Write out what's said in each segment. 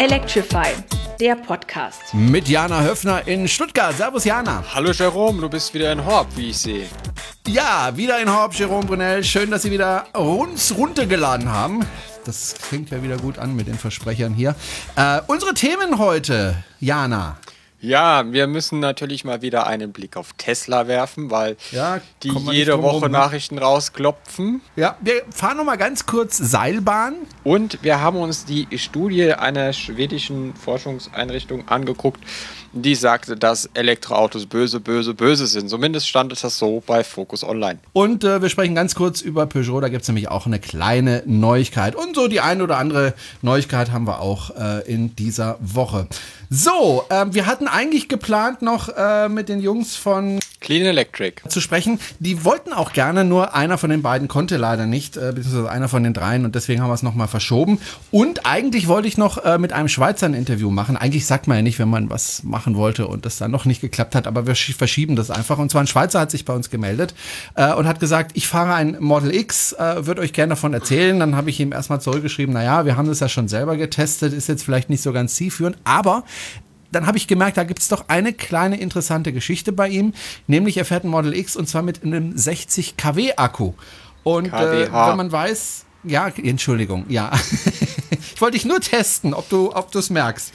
Electrify, der Podcast. Mit Jana Höfner in Stuttgart. Servus Jana. Hallo Jerome, du bist wieder in Horb, wie ich sehe. Ja, wieder in Horb, Jerome Brunel. Schön, dass Sie wieder uns runtergeladen haben. Das klingt ja wieder gut an mit den Versprechern hier. Unsere Themen heute, Jana. Ja, wir müssen natürlich mal wieder einen Blick auf Tesla werfen, weil die jede Woche Nachrichten rausklopfen. Ja, wir fahren nochmal ganz kurz Seilbahn. Und wir haben uns die Studie einer schwedischen Forschungseinrichtung angeguckt, die sagte, dass Elektroautos böse, böse, böse sind. Zumindest stand es das so bei Focus Online. Und wir sprechen ganz kurz über Peugeot. Da gibt es nämlich auch eine kleine Neuigkeit. Und so die eine oder andere Neuigkeit haben wir auch in dieser Woche. So, wir hatten eigentlich geplant, noch mit den Jungs von Clean Electric zu sprechen. Die wollten auch gerne, nur einer von den beiden konnte leider nicht, beziehungsweise einer von den dreien, und deswegen haben wir es nochmal verschoben. Und eigentlich wollte ich noch mit einem Schweizer ein Interview machen. Eigentlich sagt man ja nicht, wenn man was machen wollte und das dann noch nicht geklappt hat, aber wir verschieben das einfach. Und zwar ein Schweizer hat sich bei uns gemeldet und hat gesagt, ich fahre ein Model X, würde euch gerne davon erzählen. Dann habe ich ihm erstmal zurückgeschrieben, naja, wir haben das ja schon selber getestet, ist jetzt vielleicht nicht so ganz zielführend, aber dann habe ich gemerkt, da gibt es doch eine kleine interessante Geschichte bei ihm, nämlich er fährt ein Model X und zwar mit einem 60 kW Akku. Und wenn man weiß, ja, Entschuldigung, ja. Ich wollte dich nur testen, ob du es merkst.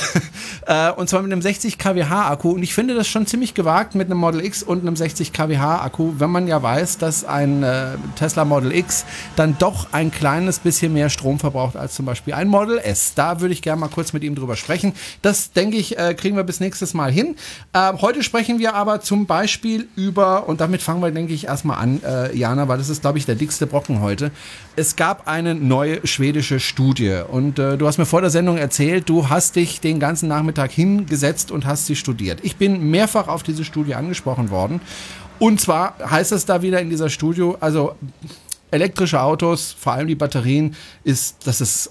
Und zwar mit einem 60 kWh Akku. Und ich finde das schon ziemlich gewagt mit einem Model X und einem 60 kWh Akku, wenn man ja weiß, dass ein Tesla Model X dann doch ein kleines bisschen mehr Strom verbraucht als zum Beispiel ein Model S. Da würde ich gerne mal kurz mit ihm drüber sprechen. Das, denke ich, kriegen wir bis nächstes Mal hin. Heute sprechen wir aber zum Beispiel über, und damit fangen wir, denke ich, erstmal an, Jana, weil das ist, glaube ich, der dickste Brocken heute. Es gab eine neue schwedische Studie. Und du hast mir vor der Sendung erzählt, du hast dich den ganzen Nachmittag hingesetzt und hast sie studiert. Ich bin mehrfach auf diese Studie angesprochen worden. Und zwar heißt es da wieder in dieser Studie, also elektrische Autos, vor allem die Batterien, das ist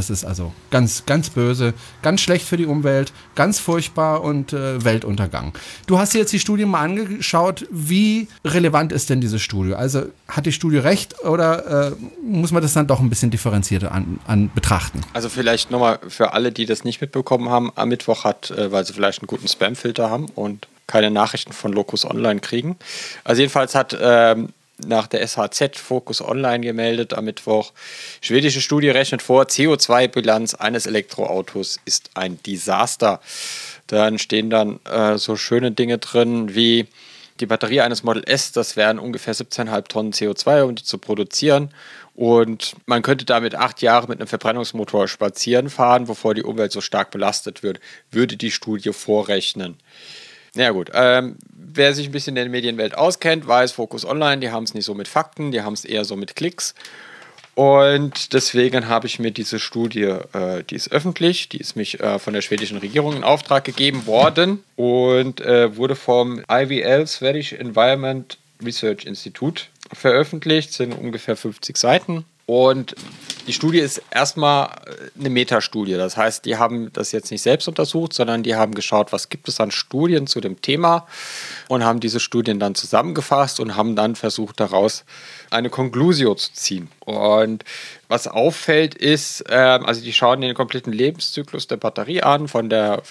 ganz, ganz böse, ganz schlecht für die Umwelt, ganz furchtbar und Weltuntergang. Du hast dir jetzt die Studie mal angeschaut. Wie relevant ist denn diese Studie? Also hat die Studie recht oder muss man das dann doch ein bisschen differenzierter an betrachten? Also vielleicht nochmal für alle, die das nicht mitbekommen haben, am Mittwoch weil sie vielleicht einen guten Spam-Filter haben und keine Nachrichten von Locus Online kriegen. Also jedenfalls hat nach der SHZ Focus Online gemeldet am Mittwoch. Schwedische Studie rechnet vor, CO2-Bilanz eines Elektroautos ist ein Desaster. Dann stehen dann so schöne Dinge drin wie die Batterie eines Model S, das wären ungefähr 17,5 Tonnen CO2, um die zu produzieren. Und man könnte damit 8 Jahre mit einem Verbrennungsmotor spazieren fahren, bevor die Umwelt so stark belastet wird, würde die Studie vorrechnen. Ja gut, wer sich ein bisschen in der Medienwelt auskennt, weiß, Focus Online, die haben es nicht so mit Fakten, die haben es eher so mit Klicks. Und deswegen habe ich mir diese Studie, die ist öffentlich, die ist mich von der schwedischen Regierung in Auftrag gegeben worden und wurde vom IVL, Swedish Environment Research Institute, veröffentlicht, sind ungefähr 50 Seiten. Und die Studie ist erstmal eine Metastudie. Das heißt, die haben das jetzt nicht selbst untersucht, sondern die haben geschaut, was gibt es an Studien zu dem Thema und haben diese Studien dann zusammengefasst und haben dann versucht, daraus eine Conclusio zu ziehen. Und was auffällt ist, also die schauen den kompletten Lebenszyklus der Batterie an, von der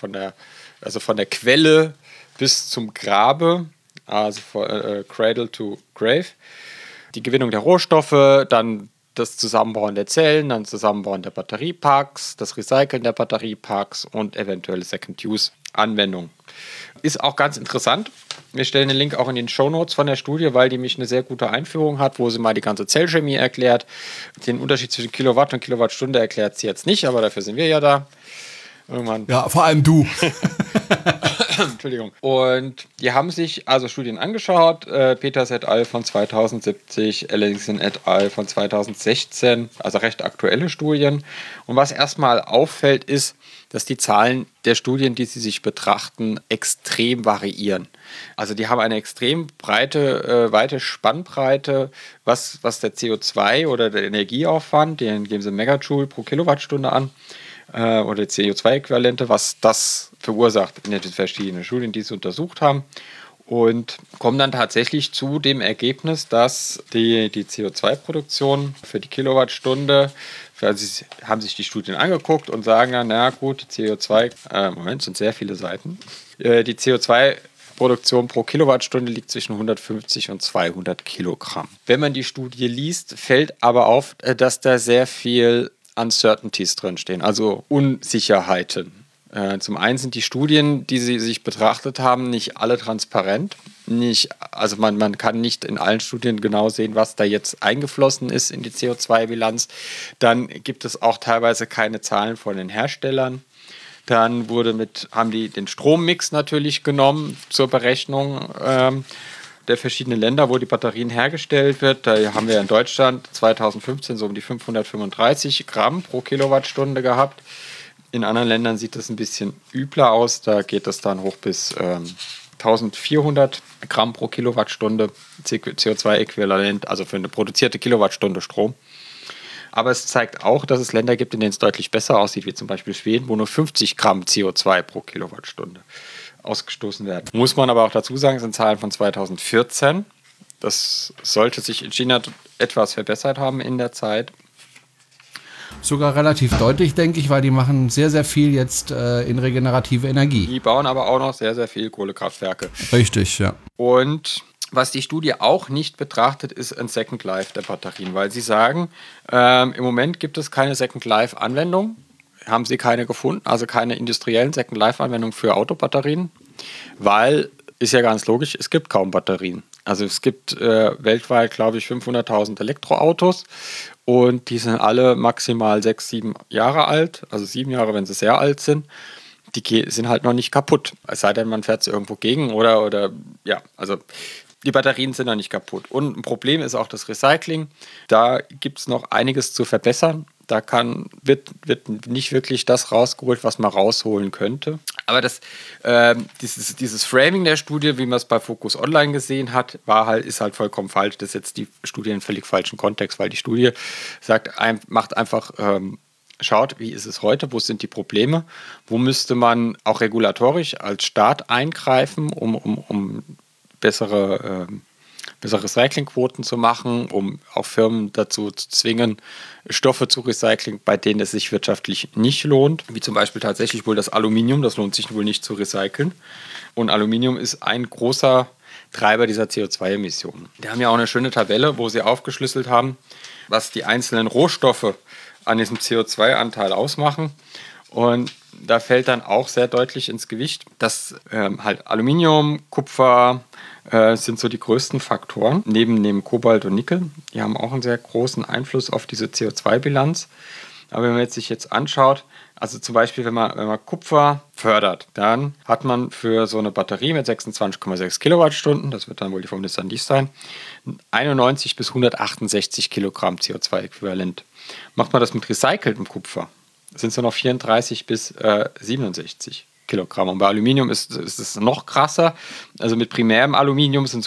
Quelle bis zum Grabe, also von Cradle to Grave. Die Gewinnung der Rohstoffe, dann das Zusammenbauen der Zellen, dann Zusammenbauen der Batteriepacks, das Recyceln der Batteriepacks und eventuelle Second-Use-Anwendungen. Ist auch ganz interessant. Wir stellen den Link auch in den Shownotes von der Studie, weil die mich eine sehr gute Einführung hat, wo sie mal die ganze Zellchemie erklärt. Den Unterschied zwischen Kilowatt und Kilowattstunde erklärt sie jetzt nicht, aber dafür sind wir ja da. Irgendwann. Ja, vor allem du. Entschuldigung. Und die haben sich also Studien angeschaut. Peters et al. Von 2070, Ellingson et al. Von 2016, also recht aktuelle Studien. Und was erstmal auffällt, ist, dass die Zahlen der Studien, die sie sich betrachten, extrem variieren. Also die haben eine extrem weite Spannbreite, was der CO2 oder der Energieaufwand, den geben sie Megajoule pro Kilowattstunde an, oder CO2-Äquivalente, was das verursacht in den verschiedenen Studien, die sie untersucht haben. und kommen dann tatsächlich zu dem Ergebnis, dass die CO2-Produktion für die Kilowattstunde, sie haben sich die Studien angeguckt und sagen dann, na gut, Moment, sind sehr viele Seiten, die CO2-Produktion pro Kilowattstunde liegt zwischen 150 und 200 Kilogramm. Wenn man die Studie liest, fällt aber auf, dass da sehr viel Uncertainties drinstehen, also Unsicherheiten. Zum einen sind die Studien, die sie sich betrachtet haben, nicht alle transparent. Also man kann nicht in allen Studien genau sehen, was da jetzt eingeflossen ist in die CO2-Bilanz. Dann gibt es auch teilweise keine Zahlen von den Herstellern. Dann haben die den Strommix natürlich genommen zur Berechnung der verschiedenen Länder, wo die Batterien hergestellt wird. Da haben wir in Deutschland 2015 so um die 535 Gramm pro Kilowattstunde gehabt. In anderen Ländern sieht das ein bisschen übler aus. Da geht es dann hoch bis 1400 Gramm pro Kilowattstunde CO2-Äquivalent, also für eine produzierte Kilowattstunde Strom. Aber es zeigt auch, dass es Länder gibt, in denen es deutlich besser aussieht, wie zum Beispiel Schweden, wo nur 50 Gramm CO2 pro Kilowattstunde ausgestoßen werden. Muss man aber auch dazu sagen, das sind Zahlen von 2014. Das sollte sich in China etwas verbessert haben in der Zeit. Sogar relativ deutlich, denke ich, weil die machen sehr, sehr viel jetzt in regenerative Energie. Die bauen aber auch noch sehr, sehr viel Kohlekraftwerke. Richtig, ja. Und was die Studie auch nicht betrachtet, ist ein Second Life der Batterien, weil sie sagen, im Moment gibt es keine Second Life-Anwendung, haben sie keine gefunden, also keine industriellen Second Life-Anwendungen für Autobatterien, weil, ist ja ganz logisch, es gibt kaum Batterien. Also es gibt weltweit, glaube ich, 500.000 Elektroautos und die sind alle maximal 6, 7 Jahre alt, also 7 Jahre, wenn sie sehr alt sind. Die sind halt noch nicht kaputt, es sei denn, man fährt sie irgendwo gegen oder ja, also die Batterien sind noch nicht kaputt. Und ein Problem ist auch das Recycling. Da gibt es noch einiges zu verbessern. Da wird nicht wirklich das rausgeholt, was man rausholen könnte. Aber dieses Framing der Studie, wie man es bei Focus Online gesehen hat, ist halt vollkommen falsch. Das setzt die Studie in einen völlig falschen Kontext, weil die Studie macht einfach, schaut, wie ist es heute, wo sind die Probleme, wo müsste man auch regulatorisch als Staat eingreifen, um bessere Recyclingquoten zu machen, um auch Firmen dazu zu zwingen, Stoffe zu recyceln, bei denen es sich wirtschaftlich nicht lohnt, wie zum Beispiel tatsächlich wohl das Aluminium, das lohnt sich wohl nicht zu recyceln. Und Aluminium ist ein großer Treiber dieser CO2-Emissionen. Die haben ja auch eine schöne Tabelle, wo sie aufgeschlüsselt haben, was die einzelnen Rohstoffe an diesem CO2-Anteil ausmachen. Und da fällt dann auch sehr deutlich ins Gewicht, dass halt Aluminium, Kupfer sind so die größten Faktoren, neben Kobalt und Nickel. Die haben auch einen sehr großen Einfluss auf diese CO2-Bilanz. Aber wenn man sich jetzt anschaut, also zum Beispiel, wenn man Kupfer fördert, dann hat man für so eine Batterie mit 26,6 Kilowattstunden, das wird dann wohl die vom Nissan Leaf sein, 91 bis 168 Kilogramm CO2-Äquivalent. Macht man das mit recyceltem Kupfer, sind es nur noch 34 bis 67 Kilogramm. Und bei Aluminium ist es noch krasser. Also mit primärem Aluminium sind es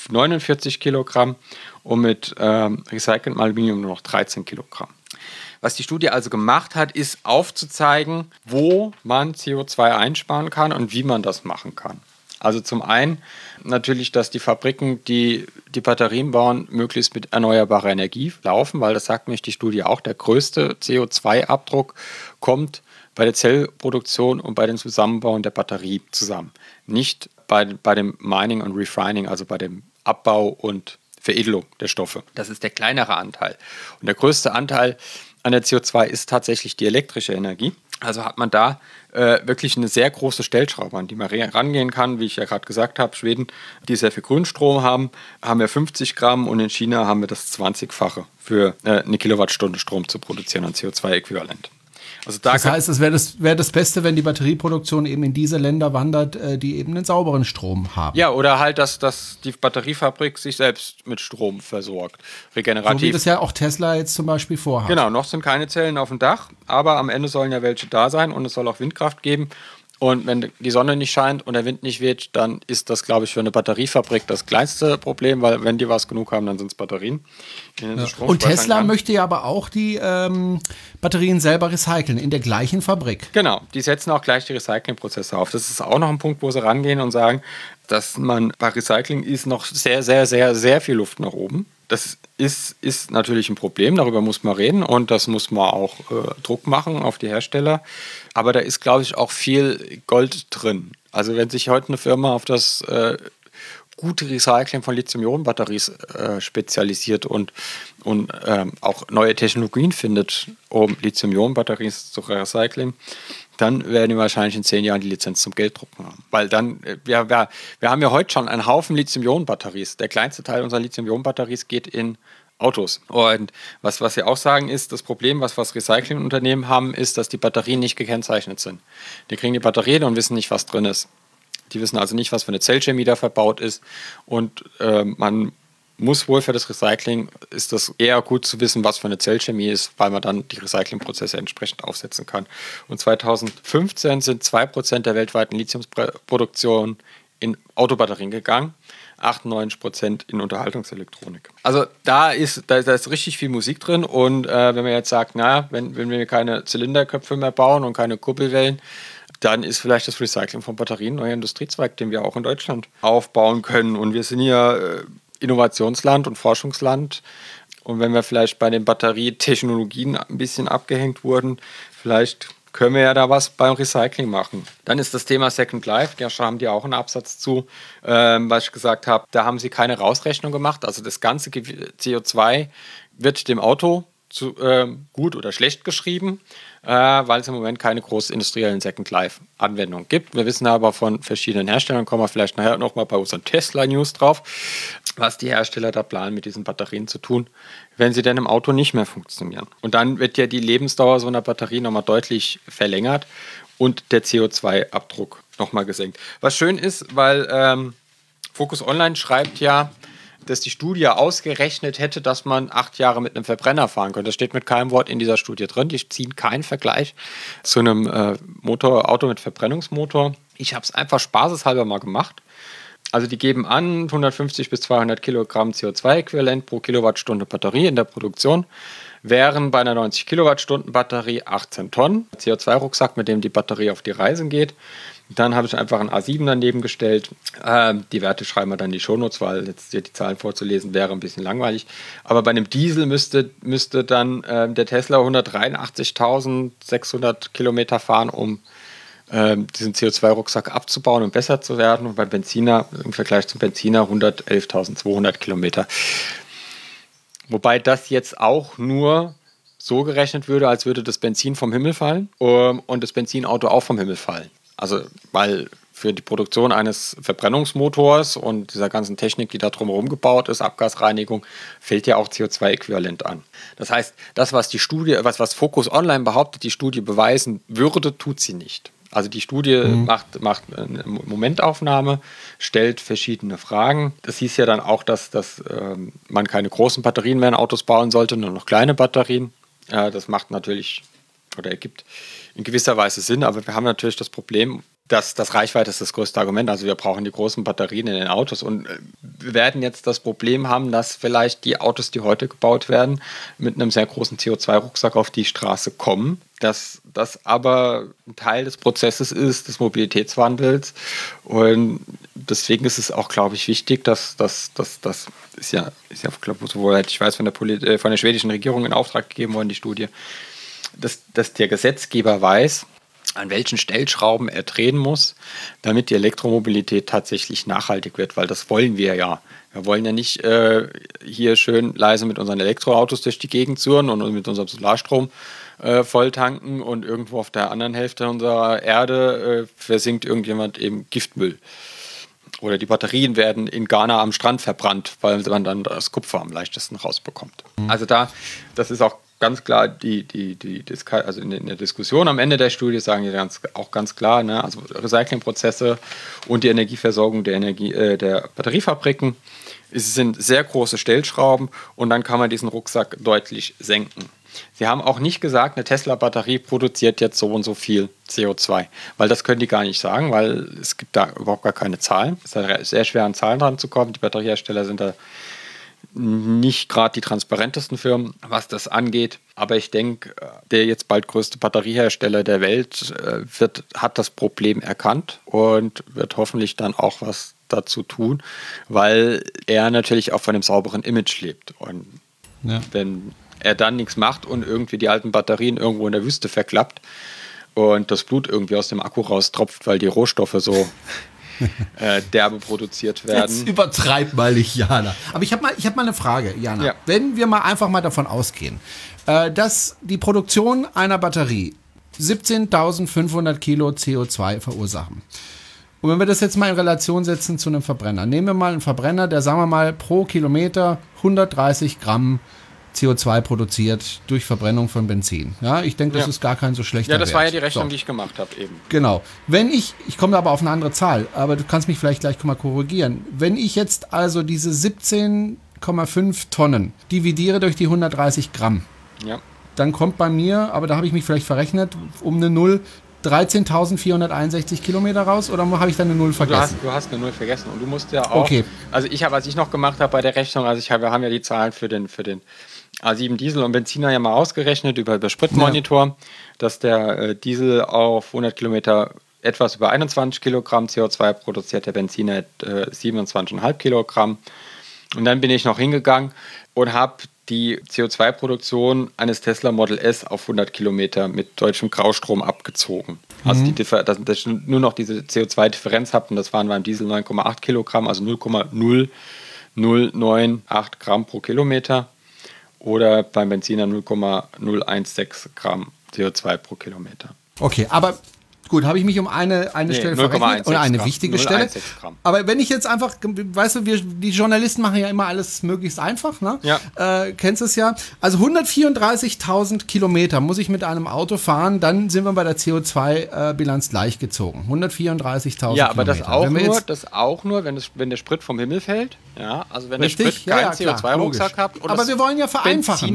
149 Kilogramm und mit recyceltem Aluminium nur noch 13 Kilogramm. Was die Studie also gemacht hat, ist aufzuzeigen, wo man CO2 einsparen kann und wie man das machen kann. Also zum einen natürlich, dass die Fabriken, die Batterien bauen, möglichst mit erneuerbarer Energie laufen, weil das sagt nämlich die Studie auch, der größte CO2-Abdruck kommt bei der Zellproduktion und bei dem Zusammenbauen der Batterie zusammen. Nicht bei dem Mining und Refining, also bei dem Abbau und Veredelung der Stoffe. Das ist der kleinere Anteil. Und der größte Anteil an der CO2 ist tatsächlich die elektrische Energie. Also hat man da wirklich eine sehr große Stellschraube, an die man rangehen kann. Wie ich ja gerade gesagt habe, Schweden, die sehr viel Grünstrom haben wir 50 Gramm und in China haben wir das 20-fache für eine Kilowattstunde Strom zu produzieren an CO2-Äquivalent. Also das heißt, es wäre das Beste, wenn die Batterieproduktion eben in diese Länder wandert, die eben einen sauberen Strom haben. Ja, oder halt, dass die Batteriefabrik sich selbst mit Strom versorgt, regenerativ. So wie das ja auch Tesla jetzt zum Beispiel vorhat. Genau, noch sind keine Zellen auf dem Dach, aber am Ende sollen ja welche da sein und es soll auch Windkraft geben. Und wenn die Sonne nicht scheint und der Wind nicht weht, dann ist das, glaube ich, für eine Batteriefabrik das kleinste Problem, weil wenn die was genug haben, dann sind es Batterien. Und Tesla möchte ja aber auch die Batterien selber recyceln, in der gleichen Fabrik. Genau, die setzen auch gleich die Recyclingprozesse auf. Das ist auch noch ein Punkt, wo sie rangehen und sagen, dass man bei Recycling ist noch sehr, sehr, sehr, sehr viel Luft nach oben. Das ist natürlich ein Problem, darüber muss man reden und das muss man auch Druck machen auf die Hersteller. Aber da ist, glaube ich, auch viel Gold drin. Also wenn sich heute eine Firma auf das gute Recycling von Lithium-Ionen-Batterien spezialisiert und auch neue Technologien findet, um Lithium-Ionen-Batterien zu recyceln, dann werden wir wahrscheinlich in 10 Jahren die Lizenz zum Gelddrucken haben. Weil dann, wir haben ja heute schon einen Haufen Lithium-Ionen-Batterien. Der kleinste Teil unserer Lithium-Ionen-Batterien geht in Autos. Und was Sie auch sagen ist, das Problem, was Recyclingunternehmen haben, ist, dass die Batterien nicht gekennzeichnet sind. Die kriegen die Batterien und wissen nicht, was drin ist. Die wissen also nicht, was für eine Zellchemie da verbaut ist. Und man muss wohl für das Recycling, ist das eher gut zu wissen, was für eine Zellchemie ist, weil man dann die Recyclingprozesse entsprechend aufsetzen kann. Und 2015 sind 2% der weltweiten Lithiumproduktion in Autobatterien gegangen, 98% in Unterhaltungselektronik. Also da ist richtig viel Musik drin und wenn man jetzt sagt, wenn wir keine Zylinderköpfe mehr bauen und keine Kuppelwellen, dann ist vielleicht das Recycling von Batterien ein neuer Industriezweig, den wir auch in Deutschland aufbauen können. Und wir sind hier Innovationsland und Forschungsland. Und wenn wir vielleicht bei den Batterietechnologien ein bisschen abgehängt wurden, vielleicht können wir ja da was beim Recycling machen. Dann ist das Thema Second Life, da haben die auch einen Absatz zu, was ich gesagt habe, da haben sie keine Rausrechnung gemacht. Also das ganze CO2 wird dem Auto gut oder schlecht geschrieben, weil es im Moment keine großen industriellen Second-Life-Anwendungen gibt. Wir wissen aber von verschiedenen Herstellern, kommen wir vielleicht nachher nochmal bei unseren Tesla-News drauf, was die Hersteller da planen, mit diesen Batterien zu tun, wenn sie denn im Auto nicht mehr funktionieren. Und dann wird ja die Lebensdauer so einer Batterie nochmal deutlich verlängert und der CO2-Abdruck nochmal gesenkt. Was schön ist, weil Focus Online schreibt ja, dass die Studie ausgerechnet hätte, dass man 8 Jahre mit einem Verbrenner fahren könnte. Das steht mit keinem Wort in dieser Studie drin. Die ziehen keinen Vergleich zu einem Auto mit Verbrennungsmotor. Ich habe es einfach spaßeshalber mal gemacht. Also die geben an 150 bis 200 Kilogramm CO2-Äquivalent pro Kilowattstunde Batterie in der Produktion, wären bei einer 90 Kilowattstunden Batterie 18 Tonnen CO2-Rucksack, mit dem die Batterie auf die Reisen geht. Dann habe ich einfach ein A7 daneben gestellt. Die Werte schreiben wir dann in die Shownotes, weil jetzt hier die Zahlen vorzulesen wäre ein bisschen langweilig. Aber bei einem Diesel müsste dann der Tesla 183.600 Kilometer fahren, um diesen CO2-Rucksack abzubauen und besser zu werden. Und beim Benziner, im Vergleich zum Benziner, 111.200 Kilometer. Wobei das jetzt auch nur so gerechnet würde, als würde das Benzin vom Himmel fallen und das Benzinauto auch vom Himmel fallen. Also, weil für die Produktion eines Verbrennungsmotors und dieser ganzen Technik, die da drumherum gebaut ist, Abgasreinigung, fällt ja auch CO2-Äquivalent an. Das heißt, das, was die Studie, was Focus Online behauptet, die Studie beweisen würde, tut sie nicht. Also die Studie macht eine Momentaufnahme, stellt verschiedene Fragen. Das hieß ja dann auch, dass man keine großen Batterien mehr in Autos bauen sollte, nur noch kleine Batterien. Das macht natürlich oder ergibt in gewisser Weise Sinn, aber wir haben natürlich das Problem, dass das Reichweite ist das größte Argument. Also wir brauchen die großen Batterien in den Autos und wir werden jetzt das Problem haben, dass vielleicht die Autos, die heute gebaut werden, mit einem sehr großen CO2-Rucksack auf die Straße kommen, dass das aber ein Teil des Prozesses ist, des Mobilitätswandels und deswegen ist es auch, glaube ich, wichtig, dass das ist ja sowohl, ich weiß, von der schwedischen Regierung in Auftrag gegeben worden, die Studie, dass der Gesetzgeber weiß, an welchen Stellschrauben er drehen muss, damit die Elektromobilität tatsächlich nachhaltig wird, weil das wollen wir ja. Wir wollen ja nicht hier schön leise mit unseren Elektroautos durch die Gegend zurren und mit unserem Solarstrom volltanken und irgendwo auf der anderen Hälfte unserer Erde versinkt irgendjemand eben Giftmüll. Oder die Batterien werden in Ghana am Strand verbrannt, weil man dann das Kupfer am leichtesten rausbekommt. Also das ist auch ganz klar, also in der Diskussion am Ende der Studie sagen die auch ganz klar, ne, also Recyclingprozesse und die Energieversorgung der Batteriefabriken sind sehr große Stellschrauben und dann kann man diesen Rucksack deutlich senken. Sie haben auch nicht gesagt, eine Tesla-Batterie produziert jetzt so und so viel CO2, weil das können die gar nicht sagen, weil es gibt da überhaupt gar keine Zahlen. Es ist sehr schwer, an Zahlen dran zu kommen. Die Batteriehersteller sind da nicht gerade die transparentesten Firmen, was das angeht. Aber ich denke, der jetzt bald größte Batteriehersteller der Welt hat das Problem erkannt und wird hoffentlich dann auch was dazu tun, weil er natürlich auch von einem sauberen Image lebt. Und wenn er dann nichts macht und irgendwie die alten Batterien irgendwo in der Wüste verklappt und das Blut irgendwie aus dem Akku raustropft, weil die Rohstoffe so derbe produziert werden. Jetzt übertreib mal nicht, Jana. Aber ich hab mal eine Frage, Jana. Ja. Wenn wir mal einfach mal davon ausgehen, dass die Produktion einer Batterie 17.500 Kilo CO2 verursachen. Und wenn wir das jetzt mal in Relation setzen zu einem Verbrenner. Nehmen wir mal einen Verbrenner, der, sagen wir mal, pro Kilometer 130 Gramm CO2 produziert durch Verbrennung von Benzin. Ja, ich denke, das ist gar kein so schlechter Wert. Ja, das war ja die Rechnung, die ich gemacht habe eben. Genau. Wenn ich komme aber auf eine andere Zahl, aber du kannst mich vielleicht gleich mal korrigieren. Wenn ich jetzt also diese 17,5 Tonnen dividiere durch die 130 Gramm, dann kommt bei mir, aber da habe ich mich vielleicht verrechnet, um eine Null 13.461 Kilometer raus, oder habe ich da eine Null vergessen? Du hast eine Null vergessen und du musst ja auch, also was ich noch gemacht habe bei der Rechnung, wir haben ja die Zahlen für den A7 Diesel und Benziner ja mal ausgerechnet über Spritmonitor, dass der Diesel auf 100 Kilometer etwas über 21 Kilogramm CO2 produziert, der Benziner 27,5 Kilogramm. Und dann bin ich noch hingegangen und habe die CO2-Produktion eines Tesla Model S auf 100 Kilometer mit deutschem Graustrom abgezogen. Also dass ich nur noch diese CO2-Differenz habe, und das waren beim Diesel 9,8 Kilogramm, also 0,0098 Gramm pro Kilometer, oder beim Benziner 0,016 Gramm CO2 pro Kilometer. Okay, aber gut, habe ich mich um eine Stelle verrechnet oder eine wichtige Stelle. Aber wenn ich jetzt einfach, weißt du, die Journalisten machen ja immer alles möglichst einfach, ne? Ja. Kennst du es ja? Also 134.000 Kilometer muss ich mit einem Auto fahren, dann sind wir bei der CO2-Bilanz gleichgezogen. 134.000 Ja, aber Kilometer. das auch nur, wenn der Sprit vom Himmel fällt. Ja, also wenn der Sprit keinen CO2-Rucksack hat. Und aber wir wollen ja vereinfachen.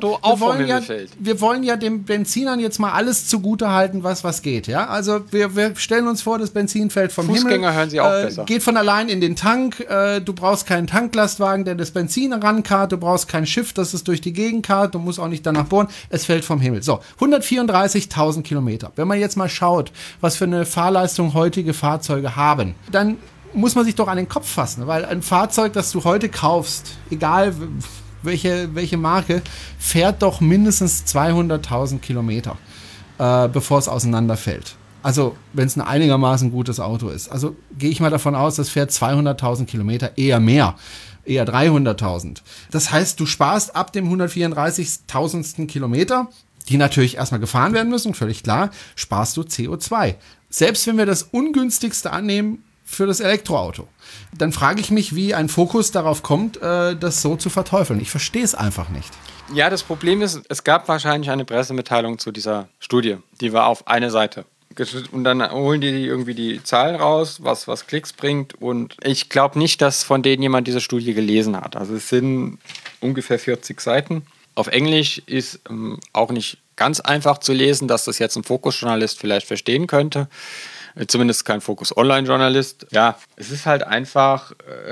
Wir wollen ja den Benzinern jetzt mal alles zugutehalten, was geht, ja? Also wir stellen uns vor, das Benzin fällt vom Himmel. Fußgänger hören Sie auch besser. Geht von allein in den Tank. Du brauchst keinen Tanklastwagen, der das Benzin rankarrt. Du brauchst kein Schiff, das es durch die Gegend karrt. Du musst auch nicht danach bohren. Es fällt vom Himmel. So, 134.000 Kilometer. Wenn man jetzt mal schaut, was für eine Fahrleistung heutige Fahrzeuge haben, dann muss man sich doch an den Kopf fassen. Weil ein Fahrzeug, das du heute kaufst, egal welche Marke, fährt doch mindestens 200.000 Kilometer, bevor es auseinanderfällt. Also, wenn es ein einigermaßen gutes Auto ist. Also, gehe ich mal davon aus, das fährt 200.000 Kilometer, eher mehr, eher 300.000. Das heißt, du sparst ab dem 134.000. Kilometer, die natürlich erstmal gefahren werden müssen, völlig klar, sparst du CO2. Selbst wenn wir das ungünstigste annehmen für das Elektroauto, dann frage ich mich, wie ein Fokus darauf kommt, das so zu verteufeln. Ich verstehe es einfach nicht. Ja, das Problem ist, es gab wahrscheinlich eine Pressemitteilung zu dieser Studie. Die war auf eine Seite. Und dann holen die irgendwie die Zahlen raus, was Klicks bringt. Und ich glaube nicht, dass von denen jemand diese Studie gelesen hat. Also es sind ungefähr 40 Seiten. Auf Englisch ist auch nicht ganz einfach zu lesen, dass das jetzt ein Fokus-Journalist vielleicht verstehen könnte. Zumindest kein Fokus-Online-Journalist. Ja, es ist halt einfach...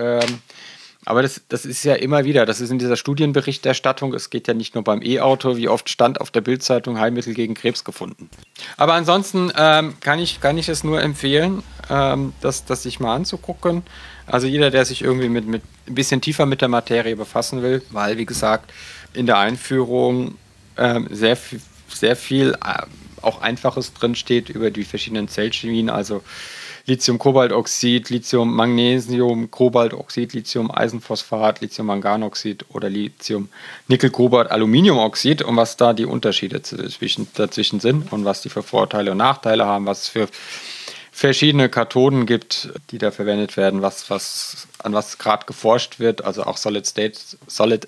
aber das ist ja immer wieder, das ist in dieser Studienberichterstattung, es geht ja nicht nur beim E-Auto, wie oft stand auf der Bildzeitung Heilmittel gegen Krebs gefunden. Aber ansonsten kann ich es nur empfehlen, das sich mal anzugucken. Also jeder, der sich irgendwie mit ein bisschen tiefer mit der Materie befassen will, weil, wie gesagt, in der Einführung sehr viel auch Einfaches drin steht über die verschiedenen Zellchemien, also Lithium-Kobaltoxid, Lithium-Magnesium, Kobaltoxid, Lithium-Eisenphosphat, Lithium-Manganoxid oder Lithium-Nickel-Cobalt-Aluminiumoxid und was da die Unterschiede dazwischen sind und was die für Vorteile und Nachteile haben, was es für verschiedene Kathoden gibt, die da verwendet werden, an was gerade geforscht wird, also auch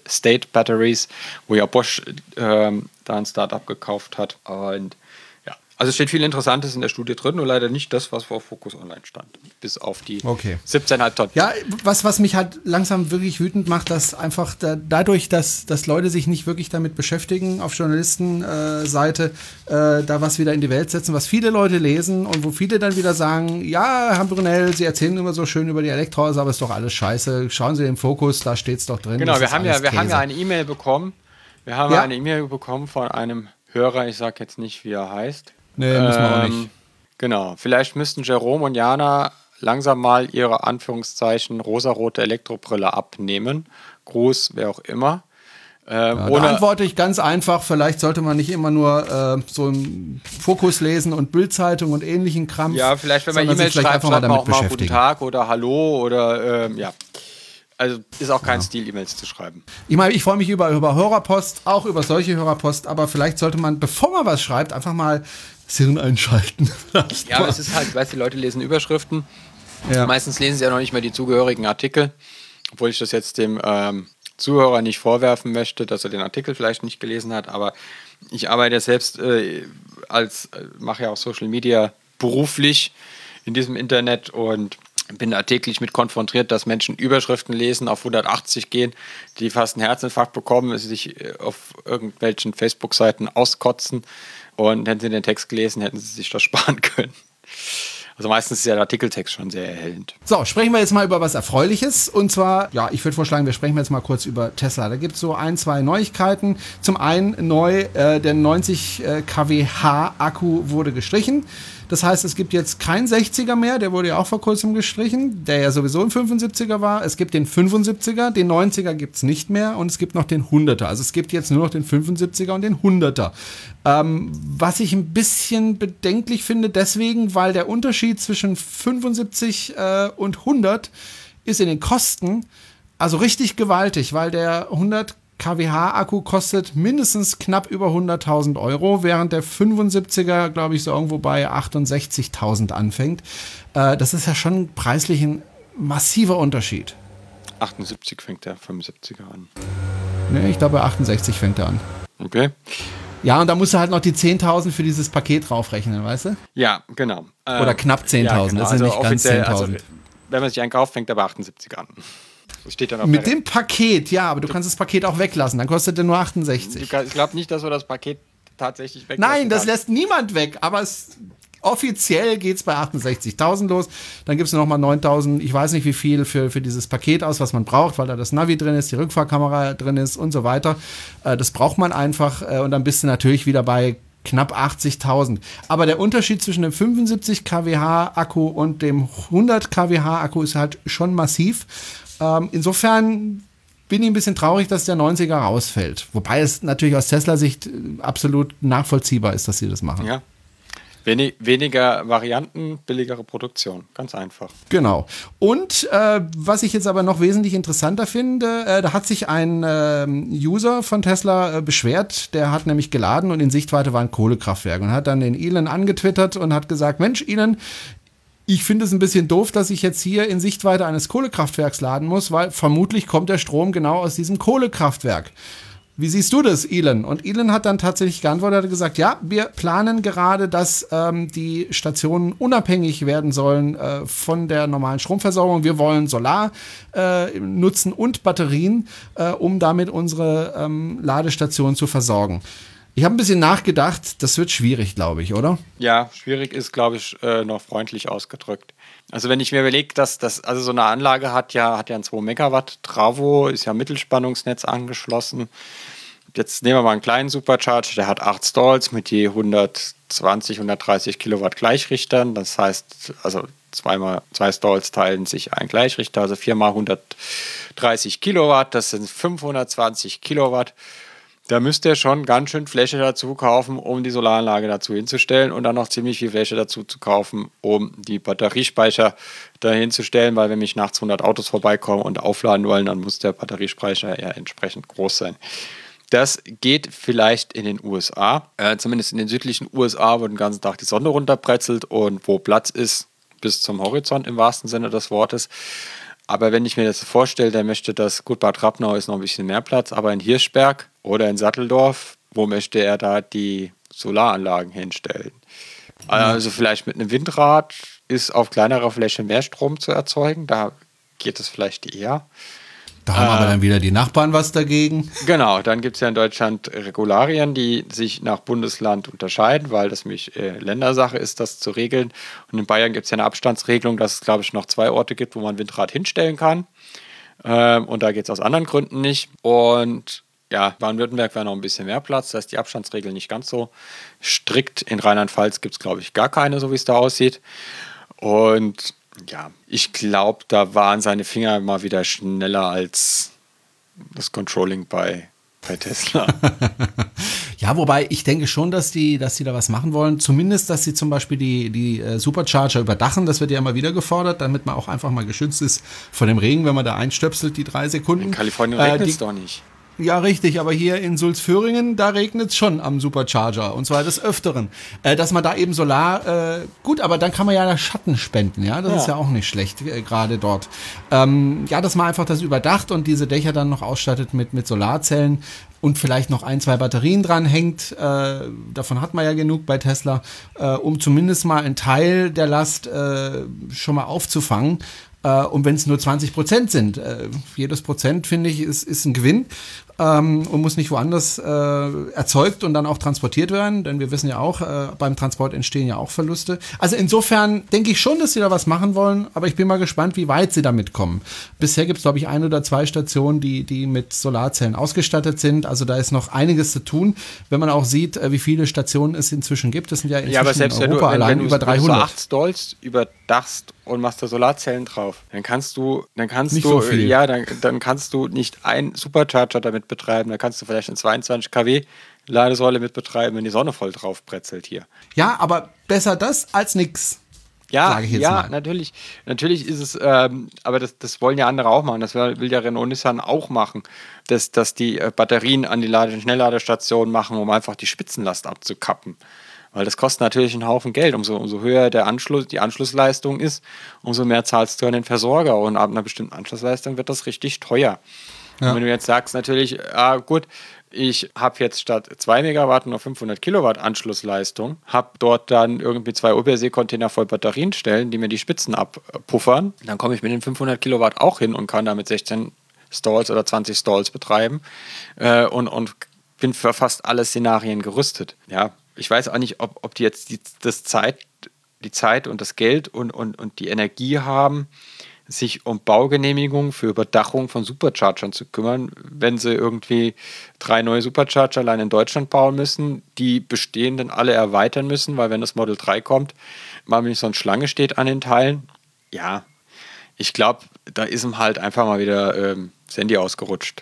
Solid-State Batteries, wo ja Bosch da ein Startup gekauft hat. Und ja, Also es steht viel Interessantes in der Studie drin, nur leider nicht das, was auf Focus Online stand. Bis auf die 17,5 Tonnen. Ja, was mich halt langsam wirklich wütend macht, dass einfach dadurch, dass Leute sich nicht wirklich damit beschäftigen, auf Journalistenseite da was wieder in die Welt setzen, was viele Leute lesen und wo viele dann wieder sagen, ja, Herr Brunel, Sie erzählen immer so schön über die Elektroautos, aber ist doch alles scheiße. Schauen Sie im Fokus, da steht es doch drin. Genau, wir haben ja eine E-Mail bekommen. Wir haben eine E-Mail bekommen von einem Hörer, ich sage jetzt nicht, wie er heißt. Nee, müssen wir auch nicht. Genau, vielleicht müssten Jerome und Jana langsam mal ihre Anführungszeichen rosarote Elektrobrille abnehmen. Gruß, wer auch immer. Da antworte ich ganz einfach, vielleicht sollte man nicht immer nur so einen Fokus lesen und Bildzeitung und ähnlichen Kram. Ja, vielleicht, wenn man E-Mail schreibt, schreibt man auch mal Guten Tag oder Hallo oder ja. Also ist auch kein Stil, E-Mails zu schreiben. Ich meine, ich freue mich über Hörerpost, auch über solche Hörerpost, aber vielleicht sollte man, bevor man was schreibt, einfach mal das Hirn einschalten. Ja, aber es ist halt, weißt du, die Leute lesen Überschriften. Ja. Meistens lesen sie ja noch nicht mehr die zugehörigen Artikel, obwohl ich das jetzt dem Zuhörer nicht vorwerfen möchte, dass er den Artikel vielleicht nicht gelesen hat, aber ich arbeite selbst mache ja auch Social Media beruflich in diesem Internet und bin da täglich mit konfrontiert, dass Menschen Überschriften lesen, auf 180 gehen, die fast einen Herzinfarkt bekommen, sich auf irgendwelchen Facebook-Seiten auskotzen und hätten sie den Text gelesen, hätten sie sich das sparen können. Also meistens ist ja der Artikeltext schon sehr erhellend. So, sprechen wir jetzt mal über was Erfreuliches. Und zwar, ja, ich würde vorschlagen, wir sprechen jetzt mal kurz über Tesla. Da gibt es so 2 Neuigkeiten. Zum einen neu, der 90 kWh Akku wurde gestrichen. Das heißt, es gibt jetzt keinen 60er mehr, der wurde ja auch vor kurzem gestrichen, der ja sowieso ein 75er war. Es gibt den 75er, den 90er gibt es nicht mehr und es gibt noch den 100er. Also es gibt jetzt nur noch den 75er und den 100er. Was ich ein bisschen bedenklich finde, deswegen, weil der Unterschied zwischen 75 und 100 ist in den Kosten also richtig gewaltig, weil der 100 kWh Akku kostet mindestens knapp über 100.000 Euro, während der 75er, glaube ich, so irgendwo bei 68.000 anfängt. Das ist ja schon preislich ein massiver Unterschied. 78 fängt der 75er an. Nee, ich glaube bei 68 fängt er an. Okay. Ja, und da musst du halt noch die 10.000 für dieses Paket draufrechnen, weißt du? Ja, genau. Oder knapp 10.000, ja, genau. Das sind nicht ganz 10.000. Also, wenn man sich einen kauft, fängt er bei 78 an. Das steht dann mit dem Paket, ja, aber du kannst das Paket auch weglassen, dann kostet er nur 68. Ich glaube nicht, dass wir das Paket tatsächlich weglassen. Nein, das lässt niemand weg, aber offiziell geht es bei 68.000 los. Dann gibst du nochmal 9.000, ich weiß nicht wie viel für dieses Paket aus, was man braucht, weil da das Navi drin ist, die Rückfahrkamera drin ist und so weiter. Das braucht man einfach und dann bist du natürlich wieder bei knapp 80.000. Aber der Unterschied zwischen dem 75 kWh Akku und dem 100 kWh Akku ist halt schon massiv. Insofern bin ich ein bisschen traurig, dass der 90er rausfällt. Wobei es natürlich aus Tesla-Sicht absolut nachvollziehbar ist, dass sie das machen. Ja. Weniger Varianten, billigere Produktion. Ganz einfach. Genau. Und was ich jetzt aber noch wesentlich interessanter finde, da hat sich ein User von Tesla beschwert, der hat nämlich geladen und in Sichtweite war ein Kohlekraftwerk und hat dann den Elon angetwittert und hat gesagt, Mensch, Elon, ich finde es ein bisschen doof, dass ich jetzt hier in Sichtweite eines Kohlekraftwerks laden muss, weil vermutlich kommt der Strom genau aus diesem Kohlekraftwerk. Wie siehst du das, Elon? Und Elon hat dann tatsächlich geantwortet, hat gesagt, ja, wir planen gerade, dass die Stationen unabhängig werden sollen von der normalen Stromversorgung. Wir wollen Solar nutzen und Batterien, um damit unsere Ladestationen zu versorgen. Ich habe ein bisschen nachgedacht, das wird schwierig, glaube ich, oder? Ja, schwierig ist, glaube ich, noch freundlich ausgedrückt. Also wenn ich mir überlege, dass also so eine Anlage hat ja ein 2 Megawatt Travo, ist ja Mittelspannungsnetz angeschlossen. Jetzt nehmen wir mal einen kleinen Supercharger, der hat 8 Stalls mit je 120, 130 Kilowatt Gleichrichtern. Das heißt, also 2 Stalls teilen sich ein Gleichrichter, also 4 mal 130 Kilowatt, das sind 520 Kilowatt. Da müsst ihr schon ganz schön Fläche dazu kaufen, um die Solaranlage dazu hinzustellen und dann noch ziemlich viel Fläche dazu zu kaufen, um die Batteriespeicher dahin zu stellen, weil wenn mich nachts 100 Autos vorbeikommen und aufladen wollen, dann muss der Batteriespeicher ja entsprechend groß sein. Das geht vielleicht in den USA, zumindest in den südlichen USA, wo den ganzen Tag die Sonne runterbrezelt und wo Platz ist bis zum Horizont im wahrsten Sinne des Wortes. Aber wenn ich mir das vorstelle, der möchte das, gut, Bad Rapnau ist noch ein bisschen mehr Platz, aber in Hirschberg oder in Satteldorf, wo möchte er da die Solaranlagen hinstellen. Also vielleicht mit einem Windrad ist auf kleinerer Fläche mehr Strom zu erzeugen. Da geht es vielleicht eher. Da haben aber dann wieder die Nachbarn was dagegen. Genau, dann gibt es ja in Deutschland Regularien, die sich nach Bundesland unterscheiden, weil das nämlich Ländersache ist, das zu regeln. Und in Bayern gibt es ja eine Abstandsregelung, dass es, glaube ich, noch 2 Orte gibt, wo man Windrad hinstellen kann. Und da geht es aus anderen Gründen nicht. Und ja, Baden-Württemberg wäre noch ein bisschen mehr Platz, da ist die Abstandsregel nicht ganz so strikt. In Rheinland-Pfalz gibt es, glaube ich, gar keine, so wie es da aussieht. Und ja, ich glaube, da waren seine Finger mal wieder schneller als das Controlling bei Tesla. Ja, wobei ich denke schon, dass die da was machen wollen. Zumindest, dass sie zum Beispiel die Supercharger überdachen. Das wird ja immer wieder gefordert, damit man auch einfach mal geschützt ist vor dem Regen, wenn man da einstöpselt, die 3 Sekunden. In Kalifornien regnet es doch nicht. Ja, richtig, aber hier in Sulzföhringen, da regnet es schon am Supercharger, und zwar des Öfteren. Dass man da eben Solar, gut, aber dann kann man ja Schatten spenden, ja, das ist ja auch nicht schlecht, gerade dort. Ja, dass man einfach das überdacht und diese Dächer dann noch ausstattet mit Solarzellen und vielleicht noch 1, 2 Batterien dran hängt, davon hat man ja genug bei Tesla, um zumindest mal einen Teil der Last schon mal aufzufangen. Und wenn es nur 20% sind, jedes Prozent, finde ich, ist ein Gewinn und muss nicht woanders erzeugt und dann auch transportiert werden, denn wir wissen ja auch, beim Transport entstehen ja auch Verluste. Also insofern denke ich schon, dass sie da was machen wollen, aber ich bin mal gespannt, wie weit sie damit kommen. Bisher gibt es, glaube ich, 1 oder 2 Stationen, die mit Solarzellen ausgestattet sind, also da ist noch einiges zu tun, wenn man auch sieht, wie viele Stationen es inzwischen gibt. Das sind ja inzwischen aber selbst in Europa allein über 300. Wenn du so 8 Stalls überdachst und machst da Solarzellen drauf, dann kannst du nicht einen Supercharger damit betreiben, dann kannst du vielleicht eine 22 kW Ladesäule mit betreiben, wenn die Sonne voll drauf brezelt hier. Ja, aber besser das als nix. Ja, natürlich ist es, aber das wollen ja andere auch machen, das will ja Renault Nissan auch machen, dass die Batterien an die Schnellladestationen machen, um einfach die Spitzenlast abzukappen. Weil das kostet natürlich einen Haufen Geld. Umso höher die Anschlussleistung ist, umso mehr zahlst du an den Versorger. Und ab einer bestimmten Anschlussleistung wird das richtig teuer. Ja. Und wenn du jetzt sagst, natürlich, gut, ich habe jetzt statt 2 Megawatt noch 500 Kilowatt Anschlussleistung, habe dort dann irgendwie 2 Obersee-Container voll Batterien stellen, die mir die Spitzen abpuffern, dann komme ich mit den 500 Kilowatt auch hin und kann damit 16 Stalls oder 20 Stalls betreiben und bin für fast alle Szenarien gerüstet. Ja. Ich weiß auch nicht, ob die jetzt die Zeit und das Geld und die Energie haben, sich um Baugenehmigungen für Überdachung von Superchargern zu kümmern, wenn sie irgendwie 3 neue Supercharger allein in Deutschland bauen müssen, die bestehenden alle erweitern müssen, weil wenn das Model 3 kommt, mal nicht so eine Schlange steht an den Teilen. Ja, ich glaube, da ist ihm halt einfach mal wieder das Handy ausgerutscht.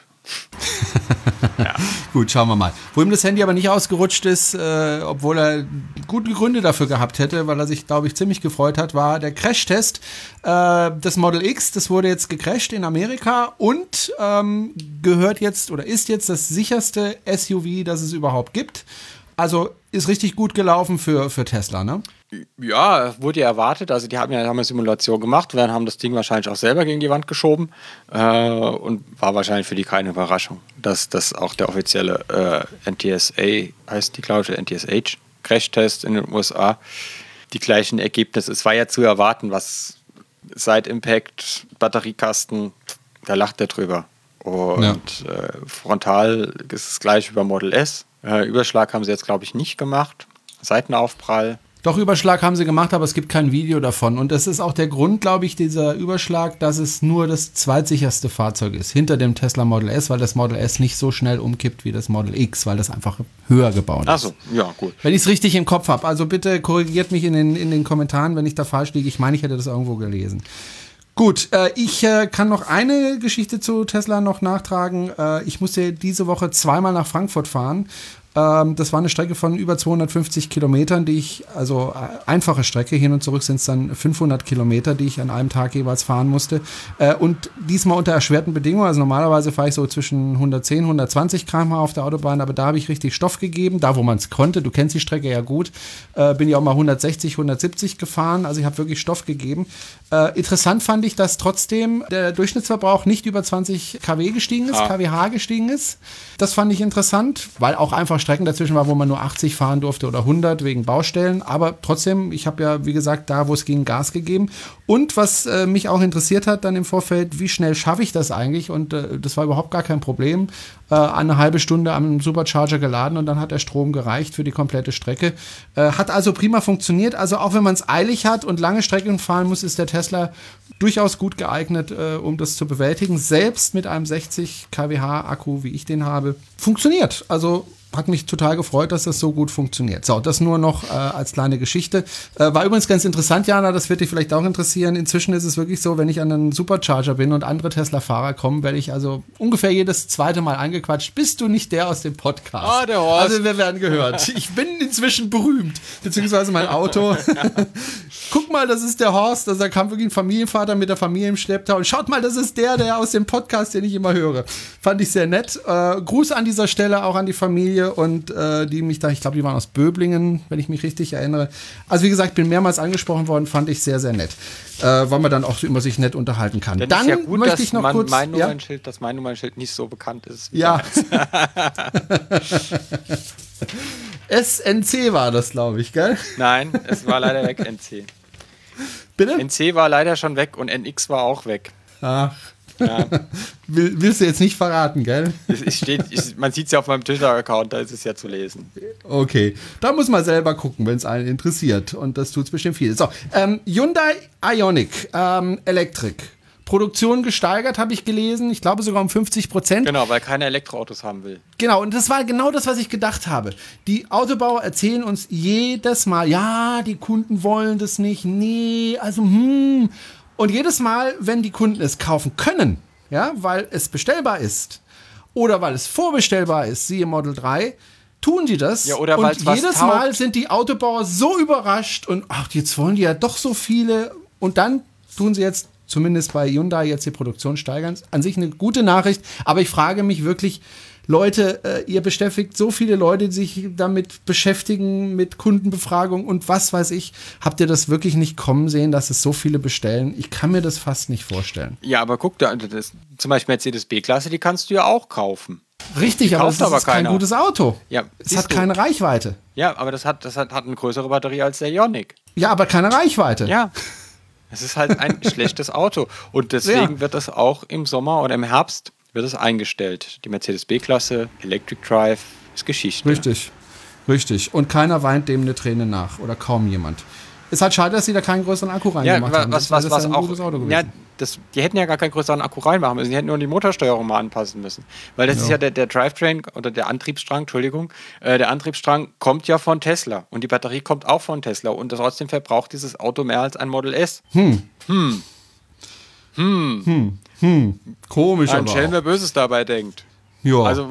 Ja. Gut, schauen wir mal. Wo ihm das Handy aber nicht ausgerutscht ist, obwohl er gute Gründe dafür gehabt hätte, weil er sich, glaube ich, ziemlich gefreut hat, war der Crashtest des Model X. Das wurde jetzt gecrasht in Amerika und gehört jetzt oder ist jetzt das sicherste SUV, das es überhaupt gibt. Also ist richtig gut gelaufen für Tesla, ne? Ja, wurde ja erwartet. Also die haben eine Simulation gemacht und dann haben das Ding wahrscheinlich auch selber gegen die Wand geschoben und war wahrscheinlich für die keine Überraschung, dass das auch der offizielle NTSA, heißt die, glaube ich, NTSH Crashtest in den USA, die gleichen Ergebnisse. Es war ja zu erwarten, was Side Impact, Batteriekasten, da lacht er drüber. Und frontal ist es gleich über Model S. Überschlag haben sie jetzt, glaube ich, nicht gemacht. Seitenaufprall. Doch, Überschlag haben sie gemacht, aber es gibt kein Video davon. Und das ist auch der Grund, glaube ich, dieser Überschlag, dass es nur das zweitsicherste Fahrzeug ist, hinter dem Tesla Model S, weil das Model S nicht so schnell umkippt wie das Model X, weil das einfach höher gebaut ist. Ach so, ja, gut. Wenn ich es richtig im Kopf habe. Also bitte korrigiert mich in den Kommentaren, wenn ich da falsch liege. Ich meine, ich hätte das irgendwo gelesen. Gut, ich kann noch eine Geschichte zu Tesla noch nachtragen. Ich musste diese Woche 2-mal nach Frankfurt fahren. Das war eine Strecke von über 250 Kilometern, also einfache Strecke, hin und zurück sind es dann 500 Kilometer, die ich an einem Tag jeweils fahren musste. Und diesmal unter erschwerten Bedingungen, also normalerweise fahre ich so zwischen 110, 120 km/h auf der Autobahn, aber da habe ich richtig Stoff gegeben, da wo man es konnte, du kennst die Strecke ja gut, bin ich auch mal 160, 170 gefahren, also ich habe wirklich Stoff gegeben. Interessant fand ich, dass trotzdem der Durchschnittsverbrauch nicht über 20 kWh gestiegen ist. Das fand ich interessant, weil auch einfach Strecken dazwischen war, wo man nur 80 fahren durfte oder 100 wegen Baustellen. Aber trotzdem, ich habe ja, wie gesagt, da, wo es ging, Gas gegeben. Und was mich auch interessiert hat dann im Vorfeld, wie schnell schaffe ich das eigentlich? Und das war überhaupt gar kein Problem. Eine halbe Stunde am Supercharger geladen und dann hat der Strom gereicht für die komplette Strecke. Hat also prima funktioniert. Also auch wenn man es eilig hat und lange Strecken fahren muss, ist der Tesla durchaus gut geeignet, um das zu bewältigen. Selbst mit einem 60 kWh Akku, wie ich den habe, funktioniert. Also hat mich total gefreut, dass das so gut funktioniert. So, das nur noch als kleine Geschichte. War übrigens ganz interessant, Jana, das wird dich vielleicht auch interessieren. Inzwischen ist es wirklich so, wenn ich an einen Supercharger bin und andere Tesla-Fahrer kommen, werde ich also ungefähr jedes zweite Mal angequatscht. Bist du nicht der aus dem Podcast? Ah, der Horst. Also wir werden gehört. Ich bin inzwischen berühmt, beziehungsweise mein Auto. Guck mal, das ist der Horst. Also da kam wirklich ein Familienvater mit der Familie im Schlepptau. Und schaut mal, das ist der aus dem Podcast, den ich immer höre. Fand ich sehr nett. Gruß an dieser Stelle auch an die Familie und die mich da, ich glaube, die waren aus Böblingen, wenn ich mich richtig erinnere. Also wie gesagt, bin mehrmals angesprochen worden, fand ich sehr, sehr nett. Weil man dann auch immer sich nett unterhalten kann. Dann Dann ist ja gut, möchte dass ich noch kurz... mein Nummernschild nicht so bekannt ist. Wie Ja. SNC war das, glaube ich, gell? Nein, es war leider weg, NC. Bitte? NC war leider schon weg und NX war auch weg. Ach. Ja. Willst du jetzt nicht verraten, gell? Man sieht es ja auf meinem Twitter-Account, da ist es ja zu lesen. Okay, da muss man selber gucken, wenn es einen interessiert. Und das tut es bestimmt viel. So, Hyundai Ioniq Electric. Produktion gesteigert, habe ich gelesen. Ich glaube sogar um 50%. Genau, weil keiner Elektroautos haben will. Genau, und das war genau das, was ich gedacht habe. Die Autobauer erzählen uns jedes Mal, ja, die Kunden wollen das nicht, nee, also Und jedes Mal, wenn die Kunden es kaufen können, ja, weil es bestellbar ist oder weil es vorbestellbar ist, siehe Model 3, tun die das. Ja, oder und was jedes taugt. Mal sind die Autobauer so überrascht und ach, jetzt wollen die ja doch so viele. Und dann tun sie jetzt, zumindest bei Hyundai, jetzt die Produktion steigern. An sich eine gute Nachricht, aber ich frage mich wirklich, Leute, ihr beschäftigt so viele Leute, die sich damit beschäftigen, mit Kundenbefragung und was weiß ich. Habt ihr das wirklich nicht kommen sehen, dass es so viele bestellen? Ich kann mir das fast nicht vorstellen. Ja, aber guck da, zum Beispiel Mercedes B-Klasse, die kannst du ja auch kaufen. Richtig, aber es ist kein gutes Auto. Ja, es hat keine Reichweite. Ja, aber das hat eine größere Batterie als der Ioniq. Ja, aber keine Reichweite. Ja. Es ist halt ein schlechtes Auto. Und deswegen wird das auch im Sommer oder im Herbst wird es eingestellt. Die Mercedes B-Klasse, Electric Drive, ist Geschichte. Richtig. Und keiner weint dem eine Träne nach. Oder kaum jemand. Ist halt schade, dass sie da keinen größeren Akku reingemacht haben. Was auch. Ja, die hätten ja gar keinen größeren Akku reinmachen müssen. Die hätten nur die Motorsteuerung mal anpassen müssen. Weil das ist ja der Drivetrain oder der Antriebsstrang, der Antriebsstrang kommt ja von Tesla. Und die Batterie kommt auch von Tesla. Und trotzdem verbraucht dieses Auto mehr als ein Model S. Komisch, ein aber Schelm, wer Böses dabei denkt. Ja. Also,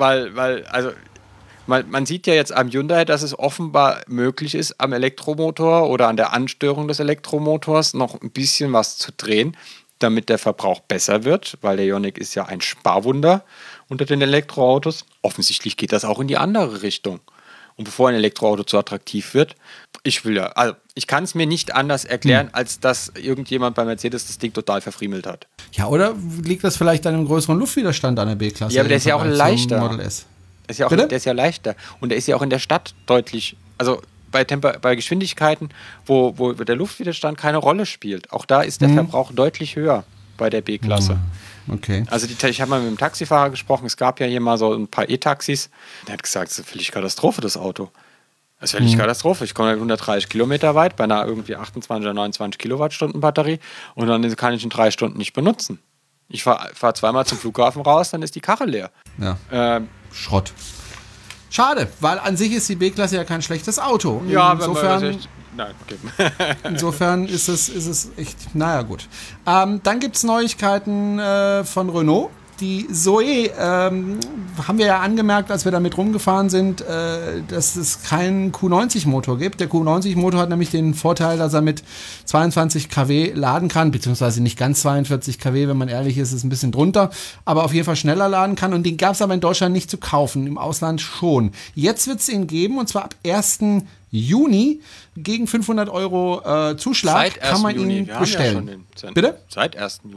man sieht ja jetzt am Hyundai, dass es offenbar möglich ist, am Elektromotor oder an der Ansteuerung des Elektromotors noch ein bisschen was zu drehen, damit der Verbrauch besser wird, weil der Ioniq ist ja ein Sparwunder unter den Elektroautos. Offensichtlich geht das auch in die andere Richtung. Und bevor ein Elektroauto zu attraktiv wird, ich kann es mir nicht anders erklären, als dass irgendjemand bei Mercedes das Ding total verfriemelt hat. Ja, oder liegt das vielleicht an einem größeren Luftwiderstand an der B-Klasse? Ja, aber der ist ja auch leichter. Model S. Der ist ja leichter. Und der ist ja auch in der Stadt deutlich, also bei Geschwindigkeiten, wo der Luftwiderstand keine Rolle spielt. Auch da ist der Verbrauch deutlich höher bei der B-Klasse. Okay. Also ich habe mal mit dem Taxifahrer gesprochen, es gab ja hier mal so ein paar E-Taxis. Der hat gesagt, das ist völlig Katastrophe, das Auto. Das ist völlig Katastrophe. Ich komme halt 130 Kilometer weit bei einer irgendwie 28 oder 29 Kilowattstunden Batterie und dann kann ich in 3 Stunden nicht benutzen. Ich fahr zweimal zum Flughafen raus, dann ist die Karre leer. Ja. Schrott. Schade, weil an sich ist die B-Klasse ja kein schlechtes Auto. Ja, insofern, nein, okay. Insofern ist es echt, naja gut. Dann gibt es Neuigkeiten von Renault. Die Zoe haben wir ja angemerkt, als wir damit rumgefahren sind, dass es keinen Q90-Motor gibt. Der Q90-Motor hat nämlich den Vorteil, dass er mit 22 kW laden kann, beziehungsweise nicht ganz 42 kW, wenn man ehrlich ist, ist ein bisschen drunter, aber auf jeden Fall schneller laden kann. Und den gab es aber in Deutschland nicht zu kaufen, im Ausland schon. Jetzt wird es ihn geben, und zwar ab 1. Juni gegen 500 € Zuschlag Seit 1. kann man Juni. ihn Wir bestellen. haben ja schon den Bitte? Seit 1. Juni.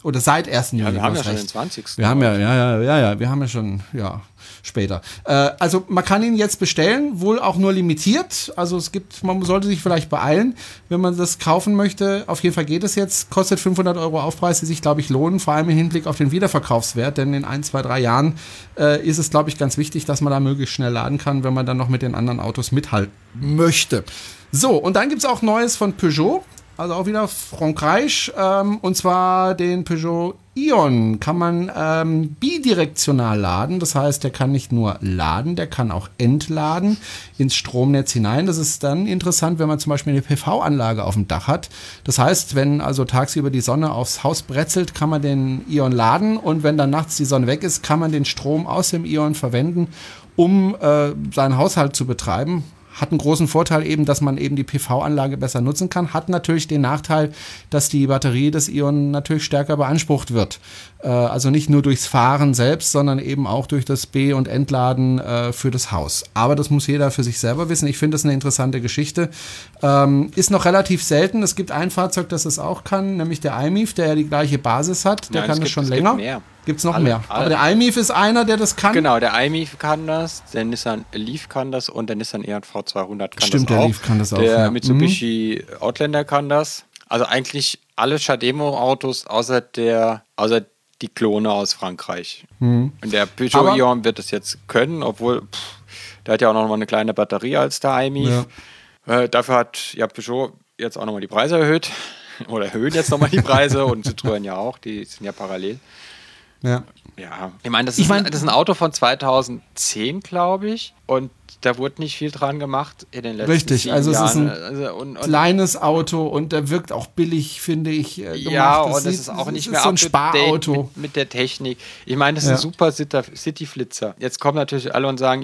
Oder seit 1. Juni. Wir haben ja schon den 20. Wir haben wir haben ja schon, später. Also man kann ihn jetzt bestellen, wohl auch nur limitiert. Also man sollte sich vielleicht beeilen, wenn man das kaufen möchte. Auf jeden Fall geht es jetzt, kostet 500 € Aufpreis, die sich, glaube ich, lohnen, vor allem im Hinblick auf den Wiederverkaufswert, denn in 1, 2, 3 Jahren ist es, glaube ich, ganz wichtig, dass man da möglichst schnell laden kann, wenn man dann noch mit den anderen Autos mithalten möchte. So, und dann gibt es auch Neues von Peugeot. Also auch wieder Frankreich, und zwar den Peugeot Ion kann man bidirektional laden. Das heißt, der kann nicht nur laden, der kann auch entladen ins Stromnetz hinein. Das ist dann interessant, wenn man zum Beispiel eine PV-Anlage auf dem Dach hat. Das heißt, wenn also tagsüber die Sonne aufs Haus brezelt, kann man den Ion laden, und wenn dann nachts die Sonne weg ist, kann man den Strom aus dem Ion verwenden, um seinen Haushalt zu betreiben. Hat einen großen Vorteil eben, dass man eben die PV-Anlage besser nutzen kann. Hat natürlich den Nachteil, dass die Batterie des Ion natürlich stärker beansprucht wird. Also nicht nur durchs Fahren selbst, sondern eben auch durch das Be- und Entladen für das Haus. Aber das muss jeder für sich selber wissen. Ich finde das eine interessante Geschichte. Ist noch relativ selten. Es gibt ein Fahrzeug, das es auch kann, nämlich der iMIF, der ja die gleiche Basis hat. Der kann das schon länger. Gibt es noch mehr. Aber der iMIF ist einer, der das kann. Genau, der iMIF kann das, der Nissan Leaf kann das und der Nissan E&V 200 kann Stimmt, das auch. Der Leaf kann das auch. Der Mitsubishi Outlander kann das. Also eigentlich alle Chademo-Autos außer die Klone aus Frankreich. Und der Peugeot Ion wird das jetzt können, obwohl der hat ja auch noch mal eine kleine Batterie als der iMIF. Ja. Dafür hat Peugeot jetzt auch noch mal die Preise erhöht. Oder erhöhen jetzt noch mal die Preise und Citroën ja auch, die sind ja parallel. Ja, ich meine, das ist ein Auto von 2010, glaube ich, und da wurde nicht viel dran gemacht in den letzten 7 also Jahren. Es ist ein kleines Auto und der wirkt auch billig, finde ich. Und es ist auch nicht mehr so ein Sparauto mit der Technik. Ich meine, das ist ein super City-Flitzer. Jetzt kommen natürlich alle und sagen,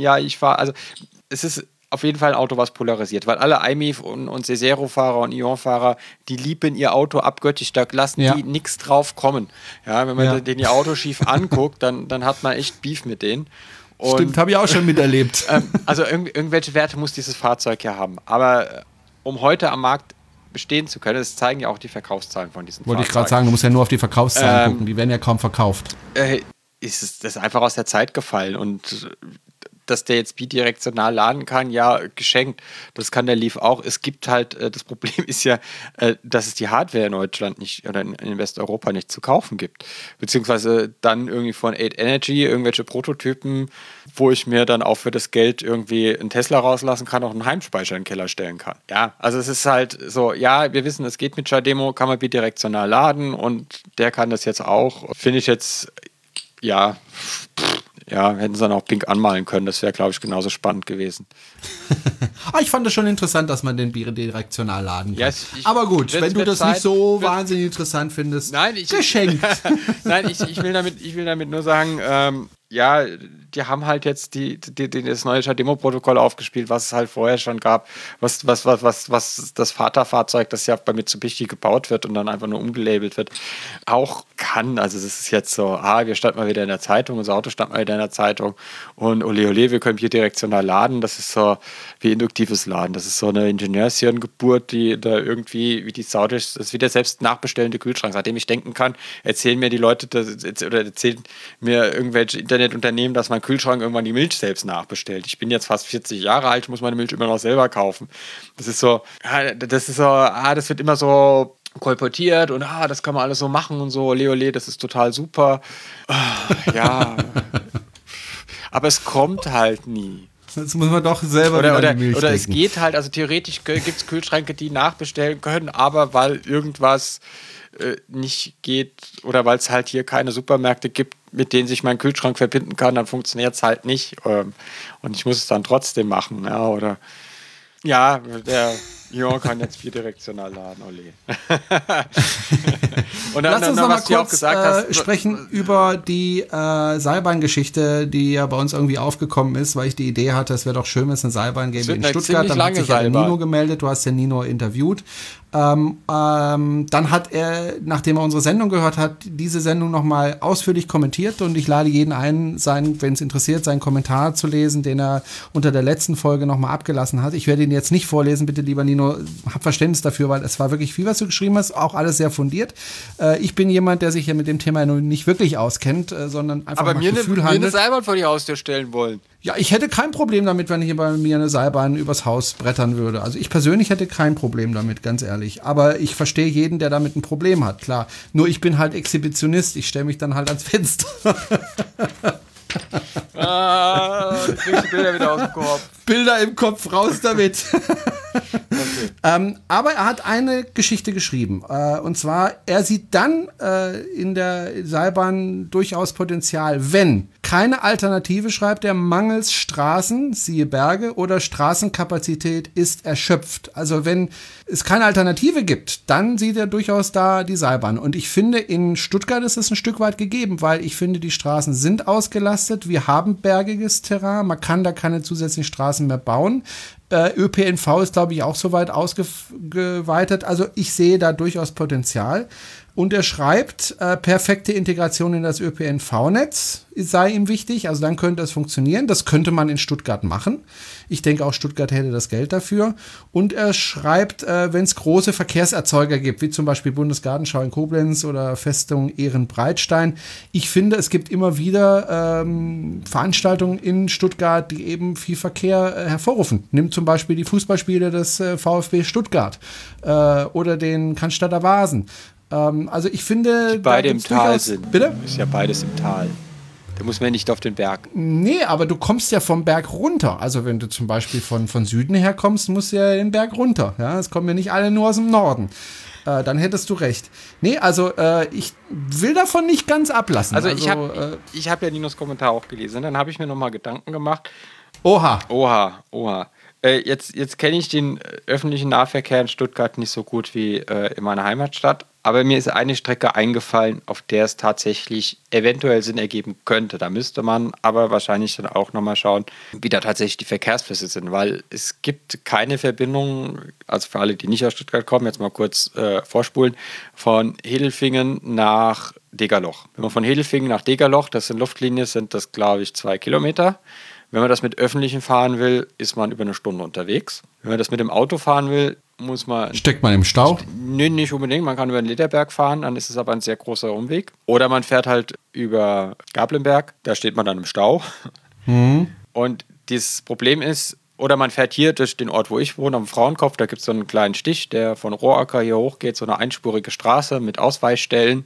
es ist auf jeden Fall ein Auto, was polarisiert, weil alle iMIF und Cesero-Fahrer und Ion-Fahrer, die lieben ihr Auto abgöttisch, da lassen die nichts drauf kommen. Ja, wenn man den ihr Auto schief anguckt, dann hat man echt Beef mit denen. Und, stimmt, habe ich auch schon miterlebt. Also irgendwelche Werte muss dieses Fahrzeug ja haben. Aber um heute am Markt bestehen zu können, das zeigen ja auch die Verkaufszahlen von diesen Fahrzeugen. Wollte ich gerade sagen, du musst ja nur auf die Verkaufszahlen gucken, die werden ja kaum verkauft. Das ist einfach aus der Zeit gefallen, und dass der jetzt bidirektional laden kann, geschenkt. Das kann der Leaf auch. Es gibt halt, das Problem ist ja, dass es die Hardware in Deutschland nicht oder in Westeuropa nicht zu kaufen gibt. Beziehungsweise dann irgendwie von 8 Energy irgendwelche Prototypen, wo ich mir dann auch für das Geld irgendwie einen Tesla rauslassen kann, auch einen Heimspeicher in den Keller stellen kann. Ja, also es ist halt so, wir wissen, es geht mit Chademo, kann man bidirektional laden, und der kann das jetzt auch. Finde ich jetzt, hätten sie dann auch pink anmalen können. Das wäre, glaube ich, genauso spannend gewesen. Ich fand es schon interessant, dass man den bidirektional laden kann. Yes, aber gut, wenn du das nicht so wahnsinnig interessant findest, geschenkt. Nein, ich will damit nur sagen, die haben halt jetzt das neue Chademo-Protokoll aufgespielt, was es halt vorher schon gab, was das Vaterfahrzeug, das ja bei Mitsubishi gebaut wird und dann einfach nur umgelabelt wird, auch kann. Also das ist jetzt so, wir standen mal wieder in der Zeitung, unser Auto stand mal wieder in der Zeitung, und ole, wir können bidirektional laden. Das ist so wie induktives Laden. Das ist so eine Ingenieurshirngeburt, die da irgendwie, wie die Sau durch, das ist wie der selbst nachbestellende Kühlschrank. Seitdem ich denken kann, erzählen mir die Leute, oder erzählen mir irgendwelche Internetunternehmen, dass mein Kühlschrank irgendwann die Milch selbst nachbestellt. Ich bin jetzt fast 40 Jahre alt, muss meine Milch immer noch selber kaufen. Das wird immer so kolportiert und das kann man alles so machen und so, ole, das ist total super. Aber es kommt halt nie. Das muss man doch selber wieder in die Milch oder stecken. Es geht halt, also theoretisch gibt es Kühlschränke, die nachbestellen können, aber weil irgendwas nicht geht oder weil es halt hier keine Supermärkte gibt, mit denen sich mein Kühlschrank verbinden kann, dann funktioniert es halt nicht. Und ich muss es dann trotzdem machen. Der Ion kann jetzt bidirektional laden, ole. Und Lass uns noch mal kurz sprechen über die Seilbahngeschichte, die ja bei uns irgendwie aufgekommen ist, weil ich die Idee hatte, es wäre doch schön, wenn es eine Seilbahn gäbe in Stuttgart. Dann hat sich ja der Nino gemeldet, du hast den Nino interviewt. Dann hat er, nachdem er unsere Sendung gehört hat, diese Sendung nochmal ausführlich kommentiert, und ich lade jeden ein, wenn es interessiert, seinen Kommentar zu lesen, den er unter der letzten Folge nochmal abgelassen hat. Ich werde ihn jetzt nicht vorlesen, bitte lieber Nino, Nino, hab Verständnis dafür, weil es war wirklich viel, was du geschrieben hast, auch alles sehr fundiert. Ich bin jemand, der sich ja mit dem Thema nicht wirklich auskennt, sondern einfach aber mal mir Gefühl eine handelt. Seilbahn vor die Haustür stellen wollen. Ja, ich hätte kein Problem damit, wenn hier bei mir eine Seilbahn übers Haus brettern würde. Also ich persönlich hätte kein Problem damit, ganz ehrlich. Aber ich verstehe jeden, der damit ein Problem hat, klar. Nur ich bin halt Exhibitionist, ich stelle mich dann halt ans Fenster. Du kriegst die Bilder wieder aus dem Kopf. Bilder im Kopf, raus damit. Okay. Aber er hat eine Geschichte geschrieben. Und zwar, er sieht dann in der Seilbahn durchaus Potenzial, wenn keine Alternative, schreibt er, mangels Straßen, siehe Berge, oder Straßenkapazität ist erschöpft. Also wenn es keine Alternative gibt, dann sieht er durchaus da die Seilbahn. Und ich finde, in Stuttgart ist es ein Stück weit gegeben, weil ich finde, die Straßen sind ausgelastet. Wir haben bergiges Terrain. Man kann da keine zusätzlichen Straßen mehr bauen. ÖPNV ist, glaube ich, auch so weit ausgeweitet. Also ich sehe da durchaus Potenzial. Und er schreibt, perfekte Integration in das ÖPNV-Netz sei ihm wichtig. Also dann könnte es funktionieren. Das könnte man in Stuttgart machen. Ich denke, auch Stuttgart hätte das Geld dafür. Und er schreibt, wenn es große Verkehrserzeuger gibt, wie zum Beispiel Bundesgartenschau in Koblenz oder Festung Ehrenbreitstein. Ich finde, es gibt immer wieder Veranstaltungen in Stuttgart, die eben viel Verkehr hervorrufen. Nimm zum Beispiel die Fußballspiele des VfB Stuttgart oder den Cannstatter Vasen. Also ich finde... Die beide im Tal sind. Bitte? Ist ja beides im Tal. Da muss man nicht auf den Berg. Nee, aber du kommst ja vom Berg runter. Also wenn du zum Beispiel von Süden her kommst, musst du ja den Berg runter. Ja, es kommen ja nicht alle nur aus dem Norden. Dann hättest du recht. Nee, also ich will davon nicht ganz ablassen. Also ich hab ja Ninos Kommentar auch gelesen. Dann habe ich mir nochmal Gedanken gemacht. Oha. Jetzt kenne ich den öffentlichen Nahverkehr in Stuttgart nicht so gut wie in meiner Heimatstadt. Aber mir ist eine Strecke eingefallen, auf der es tatsächlich eventuell Sinn ergeben könnte. Da müsste man aber wahrscheinlich dann auch nochmal schauen, wie da tatsächlich die Verkehrsflüsse sind. Weil es gibt keine Verbindung, also für alle, die nicht aus Stuttgart kommen, jetzt mal kurz vorspulen, von Hedelfingen nach Degerloch. Wenn man von Hedelfingen nach Degerloch, das in Luftlinie sind das, glaube ich, 2 Kilometer. Wenn man das mit Öffentlichen fahren will, ist man über eine Stunde unterwegs. Wenn man das mit dem Auto fahren will, muss man... Steckt man im Stau? Nee, nicht unbedingt. Man kann über den Lederberg fahren, dann ist es aber ein sehr großer Umweg. Oder man fährt halt über Gablenberg, da steht man dann im Stau. Und das Problem ist, oder man fährt hier durch den Ort, wo ich wohne, am Frauenkopf, da gibt es so einen kleinen Stich, der von Rohacker hier hochgeht, so eine einspurige Straße mit Ausweichstellen,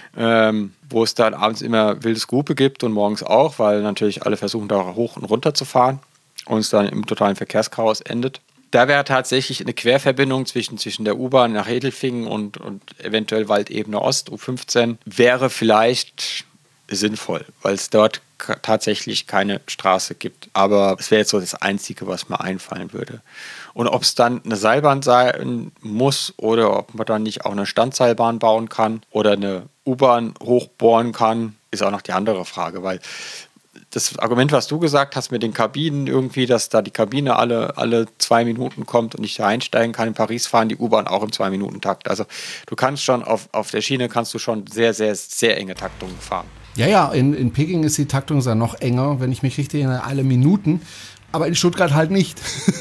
wo es dann abends immer wildes Gruppe gibt und morgens auch, weil natürlich alle versuchen, da hoch und runter zu fahren und es dann im totalen Verkehrschaos endet. Da wäre tatsächlich eine Querverbindung zwischen der U-Bahn nach Hedelfingen und eventuell Waldebene Ost, U15, wäre vielleicht sinnvoll, weil es dort tatsächlich keine Straße gibt. Aber es wäre jetzt so das Einzige, was mir einfallen würde. Und ob es dann eine Seilbahn sein muss oder ob man dann nicht auch eine Standseilbahn bauen kann oder eine U-Bahn hochbohren kann, ist auch noch die andere Frage, weil das Argument, was du gesagt hast mit den Kabinen irgendwie, dass da die Kabine alle 2 Minuten kommt und ich da einsteigen kann. In Paris fahren die U-Bahn auch im 2-Minuten-Takt. Also du kannst schon auf der Schiene kannst du schon sehr, sehr, sehr enge Taktungen fahren. Ja, in Peking ist die Taktung sogar noch enger, wenn ich mich richtig erinnere, alle Minuten. Aber in Stuttgart halt nicht.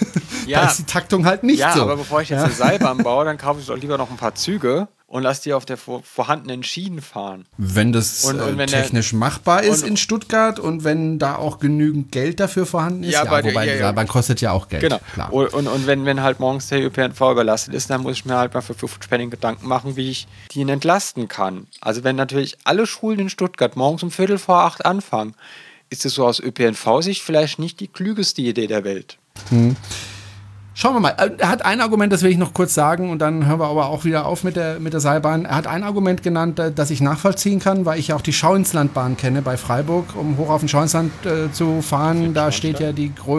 Ja. Da ist die Taktung halt nicht so. Ja, aber bevor ich jetzt eine Seilbahn baue, dann kaufe ich doch lieber noch ein paar Züge und lass die auf der vorhandenen Schienen fahren. Wenn das wenn technisch machbar ist in Stuttgart und wenn da auch genügend Geld dafür vorhanden ist. Wobei die Seilbahn kostet ja auch Geld. Genau. Klar. Und wenn halt morgens der ÖPNV überlastet ist, dann muss ich mir halt mal für 50 Pfennig Gedanken machen, wie ich den entlasten kann. Also wenn natürlich alle Schulen in Stuttgart morgens um 7:45 anfangen, ist es so aus ÖPNV-Sicht vielleicht nicht die klügeste Idee der Welt. Schauen wir mal. Er hat ein Argument, das will ich noch kurz sagen, und dann hören wir aber auch wieder auf mit der Seilbahn. Er hat ein Argument genannt, das ich nachvollziehen kann, weil ich ja auch die Schauinslandbahn kenne bei Freiburg, um hoch auf den Schauinsland zu fahren. Da steht ja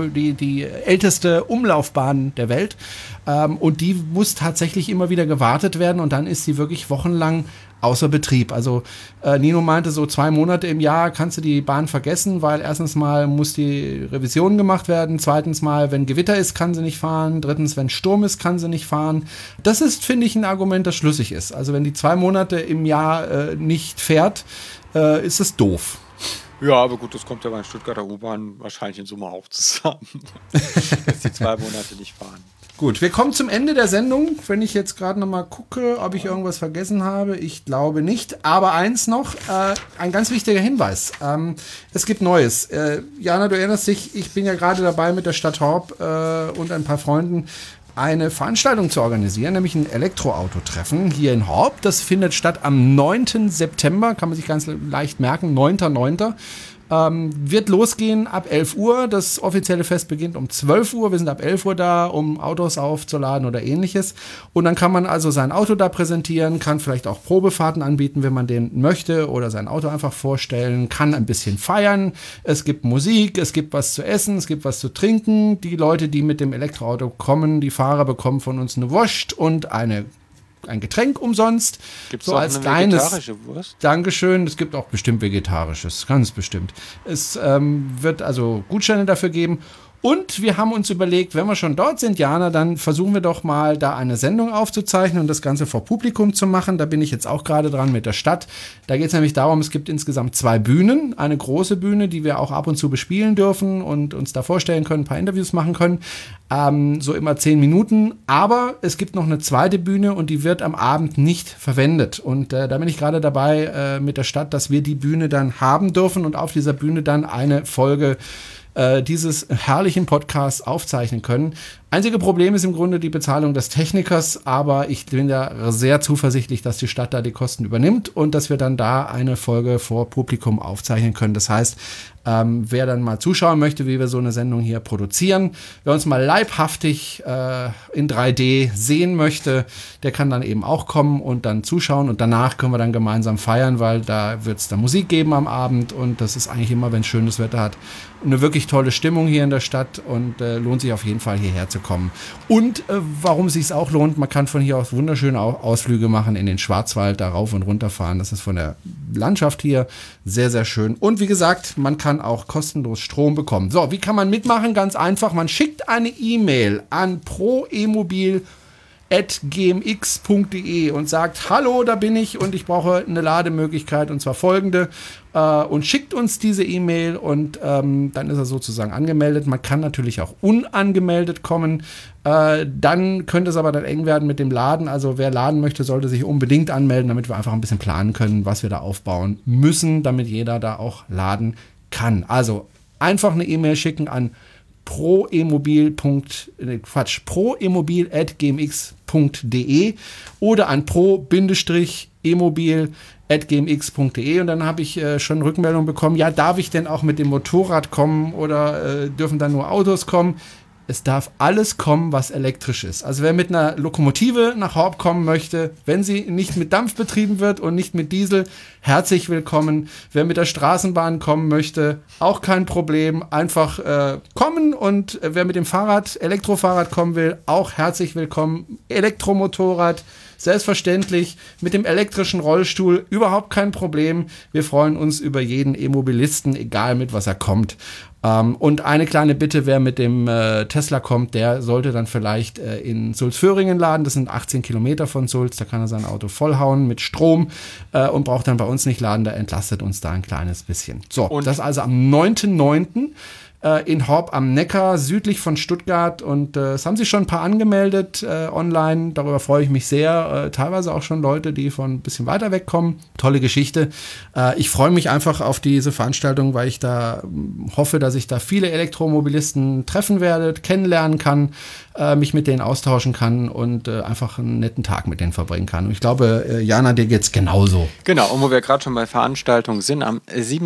die älteste Umlaufbahn der Welt. Und die muss tatsächlich immer wieder gewartet werden und dann ist sie wirklich wochenlang außer Betrieb. Also Nino meinte, so 2 Monate im Jahr kannst du die Bahn vergessen, weil erstens mal muss die Revision gemacht werden, zweitens mal, wenn Gewitter ist, kann sie nicht fahren, drittens, wenn Sturm ist, kann sie nicht fahren. Das ist, finde ich, ein Argument, das schlüssig ist. Also wenn die 2 Monate im Jahr nicht fährt, ist es doof. Ja, aber gut, das kommt ja bei der Stuttgarter U-Bahn wahrscheinlich in Summe auch zusammen, dass die 2 Monate nicht fahren. Gut, wir kommen zum Ende der Sendung. Wenn ich jetzt gerade noch mal gucke, ob ich irgendwas vergessen habe, ich glaube nicht. Aber eins noch, ein ganz wichtiger Hinweis. Es gibt Neues. Jana, du erinnerst dich, ich bin ja gerade dabei mit der Stadt Horb und ein paar Freunden eine Veranstaltung zu organisieren, nämlich ein Elektroauto-Treffen hier in Horb. Das findet statt am 9. September, kann man sich ganz leicht merken, 9.9. Wird losgehen ab 11 Uhr. Das offizielle Fest beginnt um 12 Uhr. Wir sind ab 11 Uhr da, um Autos aufzuladen oder ähnliches. Und dann kann man also sein Auto da präsentieren, kann vielleicht auch Probefahrten anbieten, wenn man den möchte, oder sein Auto einfach vorstellen, kann ein bisschen feiern. Es gibt Musik, es gibt was zu essen, es gibt was zu trinken. Die Leute, die mit dem Elektroauto kommen, die Fahrer bekommen von uns eine Wurst und ein Getränk umsonst. Gibt es so auch als eine kleines vegetarische Wurst? Dankeschön. Es gibt auch bestimmt Vegetarisches, ganz bestimmt. Es wird also Gutscheine dafür geben. Und wir haben uns überlegt, wenn wir schon dort sind, Jana, dann versuchen wir doch mal, da eine Sendung aufzuzeichnen und das Ganze vor Publikum zu machen. Da bin ich jetzt auch gerade dran mit der Stadt. Da geht es nämlich darum, es gibt insgesamt 2 Bühnen. Eine große Bühne, die wir auch ab und zu bespielen dürfen und uns da vorstellen können, ein paar Interviews machen können. So immer 10 Minuten. Aber es gibt noch eine zweite Bühne und die wird am Abend nicht verwendet. Und da bin ich gerade dabei mit der Stadt, dass wir die Bühne dann haben dürfen und auf dieser Bühne dann eine Folge dieses herrlichen Podcasts aufzeichnen können. Einzige Problem ist im Grunde die Bezahlung des Technikers, aber ich bin ja sehr zuversichtlich, dass die Stadt da die Kosten übernimmt und dass wir dann da eine Folge vor Publikum aufzeichnen können. Das heißt, wer dann mal zuschauen möchte, wie wir so eine Sendung hier produzieren, wer uns mal leibhaftig in 3D sehen möchte, der kann dann eben auch kommen und dann zuschauen und danach können wir dann gemeinsam feiern, weil da wird es dann Musik geben am Abend und das ist eigentlich immer, wenn es schönes Wetter hat, eine wirklich tolle Stimmung hier in der Stadt und lohnt sich auf jeden Fall hierher zu kommen. Und warum es sich auch lohnt, man kann von hier aus wunderschöne Ausflüge machen in den Schwarzwald, da rauf und runter fahren. Das ist von der Landschaft hier sehr, sehr schön. Und wie gesagt, man kann auch kostenlos Strom bekommen. So, wie kann man mitmachen? Ganz einfach, man schickt eine E-Mail an proemobil@gmx.de und sagt, hallo, da bin ich und ich brauche eine Lademöglichkeit und zwar folgende und schickt uns diese E-Mail und dann ist er sozusagen angemeldet. Man kann natürlich auch unangemeldet kommen, dann könnte es aber dann eng werden mit dem Laden. Also wer laden möchte, sollte sich unbedingt anmelden, damit wir einfach ein bisschen planen können, was wir da aufbauen müssen, damit jeder da auch laden kann. Also einfach eine E-Mail schicken an proemobil@gmx.de oder an pro-emobil@gmx.de und dann habe ich schon Rückmeldung bekommen, ja, darf ich denn auch mit dem Motorrad kommen oder dürfen dann nur Autos kommen? Es darf alles kommen, was elektrisch ist. Also wer mit einer Lokomotive nach Horb kommen möchte, wenn sie nicht mit Dampf betrieben wird und nicht mit Diesel, herzlich willkommen. Wer mit der Straßenbahn kommen möchte, auch kein Problem. Einfach kommen und wer mit dem Fahrrad, Elektrofahrrad kommen will, auch herzlich willkommen. Elektromotorrad, selbstverständlich. Mit dem elektrischen Rollstuhl, überhaupt kein Problem. Wir freuen uns über jeden E-Mobilisten, egal mit was er kommt. Und eine kleine Bitte, wer mit dem Tesla kommt, der sollte dann vielleicht in Sulzföhringen laden. Das sind 18 Kilometer von Sulz. Da kann er sein Auto vollhauen mit Strom und braucht dann bei uns nicht laden. Der entlastet uns da ein kleines bisschen. So, und das also am 9.9. In Horb am Neckar, südlich von Stuttgart. Und es haben sich schon ein paar angemeldet online. Darüber freue ich mich sehr. Teilweise auch schon Leute, die von ein bisschen weiter weg kommen. Tolle Geschichte. Ich freue mich einfach auf diese Veranstaltung, weil ich da hoffe, dass ich da viele Elektromobilisten treffen werde, kennenlernen kann, mich mit denen austauschen kann und einfach einen netten Tag mit denen verbringen kann. Und ich glaube, Jana, dir geht's genauso. Genau, und wo wir gerade schon bei Veranstaltungen sind, am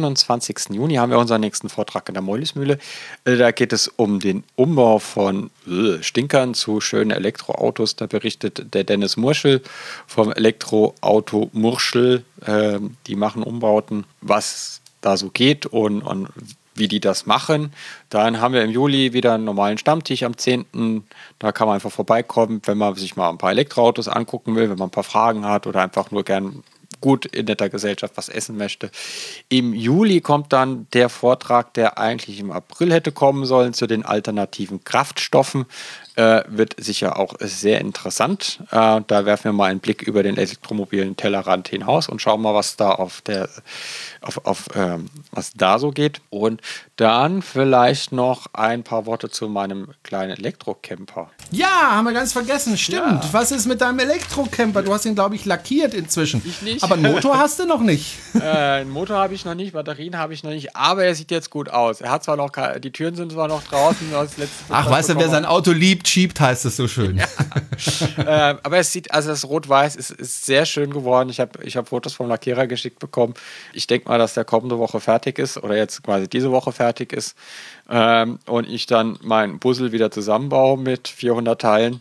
27. Juni haben wir unseren nächsten Vortrag in der Meulismühle. Da geht es um den Umbau von Stinkern zu schönen Elektroautos. Da berichtet der Dennis Murschel vom Elektroauto Murschel. Die machen Umbauten, was da so geht und wie die das machen. Dann haben wir im Juli wieder einen normalen Stammtisch am 10. Da kann man einfach vorbeikommen, wenn man sich mal ein paar Elektroautos angucken will, wenn man ein paar Fragen hat oder einfach nur gern gut in netter Gesellschaft was essen möchte. Im Juli kommt dann der Vortrag, der eigentlich im April hätte kommen sollen, zu den alternativen Kraftstoffen. Wird sicher auch sehr interessant. Da werfen wir mal einen Blick über den elektromobilen Tellerrand hinaus und schauen mal, was da was da so geht. Und dann vielleicht noch ein paar Worte zu meinem kleinen Elektrocamper. Ja, haben wir ganz vergessen. Stimmt. Ja. Was ist mit deinem Elektrocamper? Du hast ihn, glaube ich, lackiert inzwischen. Ich nicht. Aber einen Motor hast du noch nicht. Einen Motor habe ich noch nicht, Batterien habe ich noch nicht, aber er sieht jetzt gut aus. Er hat zwar noch, die Türen sind zwar noch draußen. Ach, weißt du, wer sein Auto liebt, schiebt, heißt es so schön. Ja. Aber es sieht, also das Rot-Weiß ist sehr schön geworden. Ich hab Fotos vom Lackierer geschickt bekommen. Ich denke mal, dass der kommende Woche fertig ist oder jetzt quasi diese Woche fertig ist. Und ich dann mein Puzzle wieder zusammenbaue mit 400 Teilen.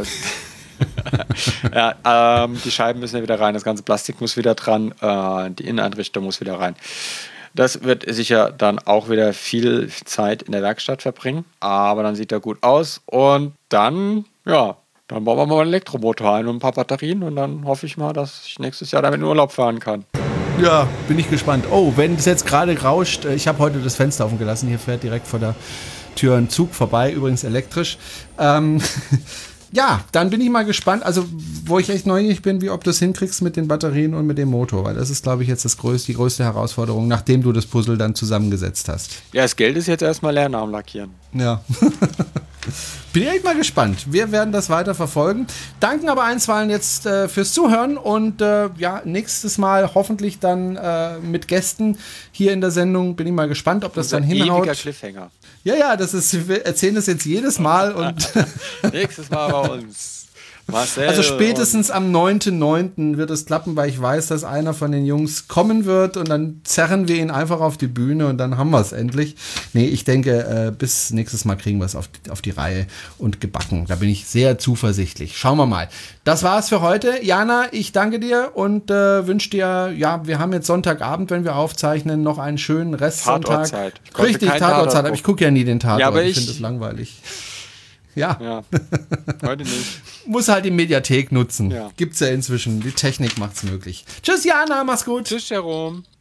Ja, die Scheiben müssen ja wieder rein, das ganze Plastik muss wieder dran, die Inneneinrichtung muss wieder rein. Das wird sicher dann auch wieder viel Zeit in der Werkstatt verbringen, aber dann sieht er gut aus und dann bauen wir mal einen Elektromotor ein und ein paar Batterien und dann hoffe ich mal, dass ich nächstes Jahr damit in Urlaub fahren kann. Ja, bin ich gespannt. Oh, wenn es jetzt gerade rauscht, ich habe heute das Fenster offen gelassen, hier fährt direkt vor der Tür ein Zug vorbei, übrigens elektrisch. Ja, dann bin ich mal gespannt, also wo ich echt neugierig bin, ob du es hinkriegst mit den Batterien und mit dem Motor, weil das ist, glaube ich, jetzt die größte Herausforderung, nachdem du das Puzzle dann zusammengesetzt hast. Ja, das Geld ist jetzt erstmal leer nach dem Lackieren. Ja. Bin ich echt mal gespannt. Wir werden das weiter verfolgen. Danken aber einstweilen jetzt fürs Zuhören und nächstes Mal hoffentlich dann mit Gästen hier in der Sendung. Bin ich mal gespannt, ob das dann hinhaut. Ewiger Cliffhanger. Ja, wir erzählen das jetzt jedes Mal und nächstes Mal bei uns. Marcel also spätestens am 9.9. wird es klappen, weil ich weiß, dass einer von den Jungs kommen wird und dann zerren wir ihn einfach auf die Bühne und dann haben wir es endlich. Nee, ich denke, bis nächstes Mal kriegen wir es auf die Reihe und gebacken. Da bin ich sehr zuversichtlich. Schauen wir mal. Das war's für heute. Jana, ich danke dir und wünsche dir, wir haben jetzt Sonntagabend, wenn wir aufzeichnen, noch einen schönen Restsonntag. Tatortzeit. Richtig, Tatortzeit, aber ich gucke ja nie den Tatort. Ja, aber ich finde das langweilig. Ja, heute nicht. Muss halt die Mediathek nutzen. Ja. Gibt's ja inzwischen. Die Technik macht's möglich. Tschüss, Jana, mach's gut. Tschüss, Jerome.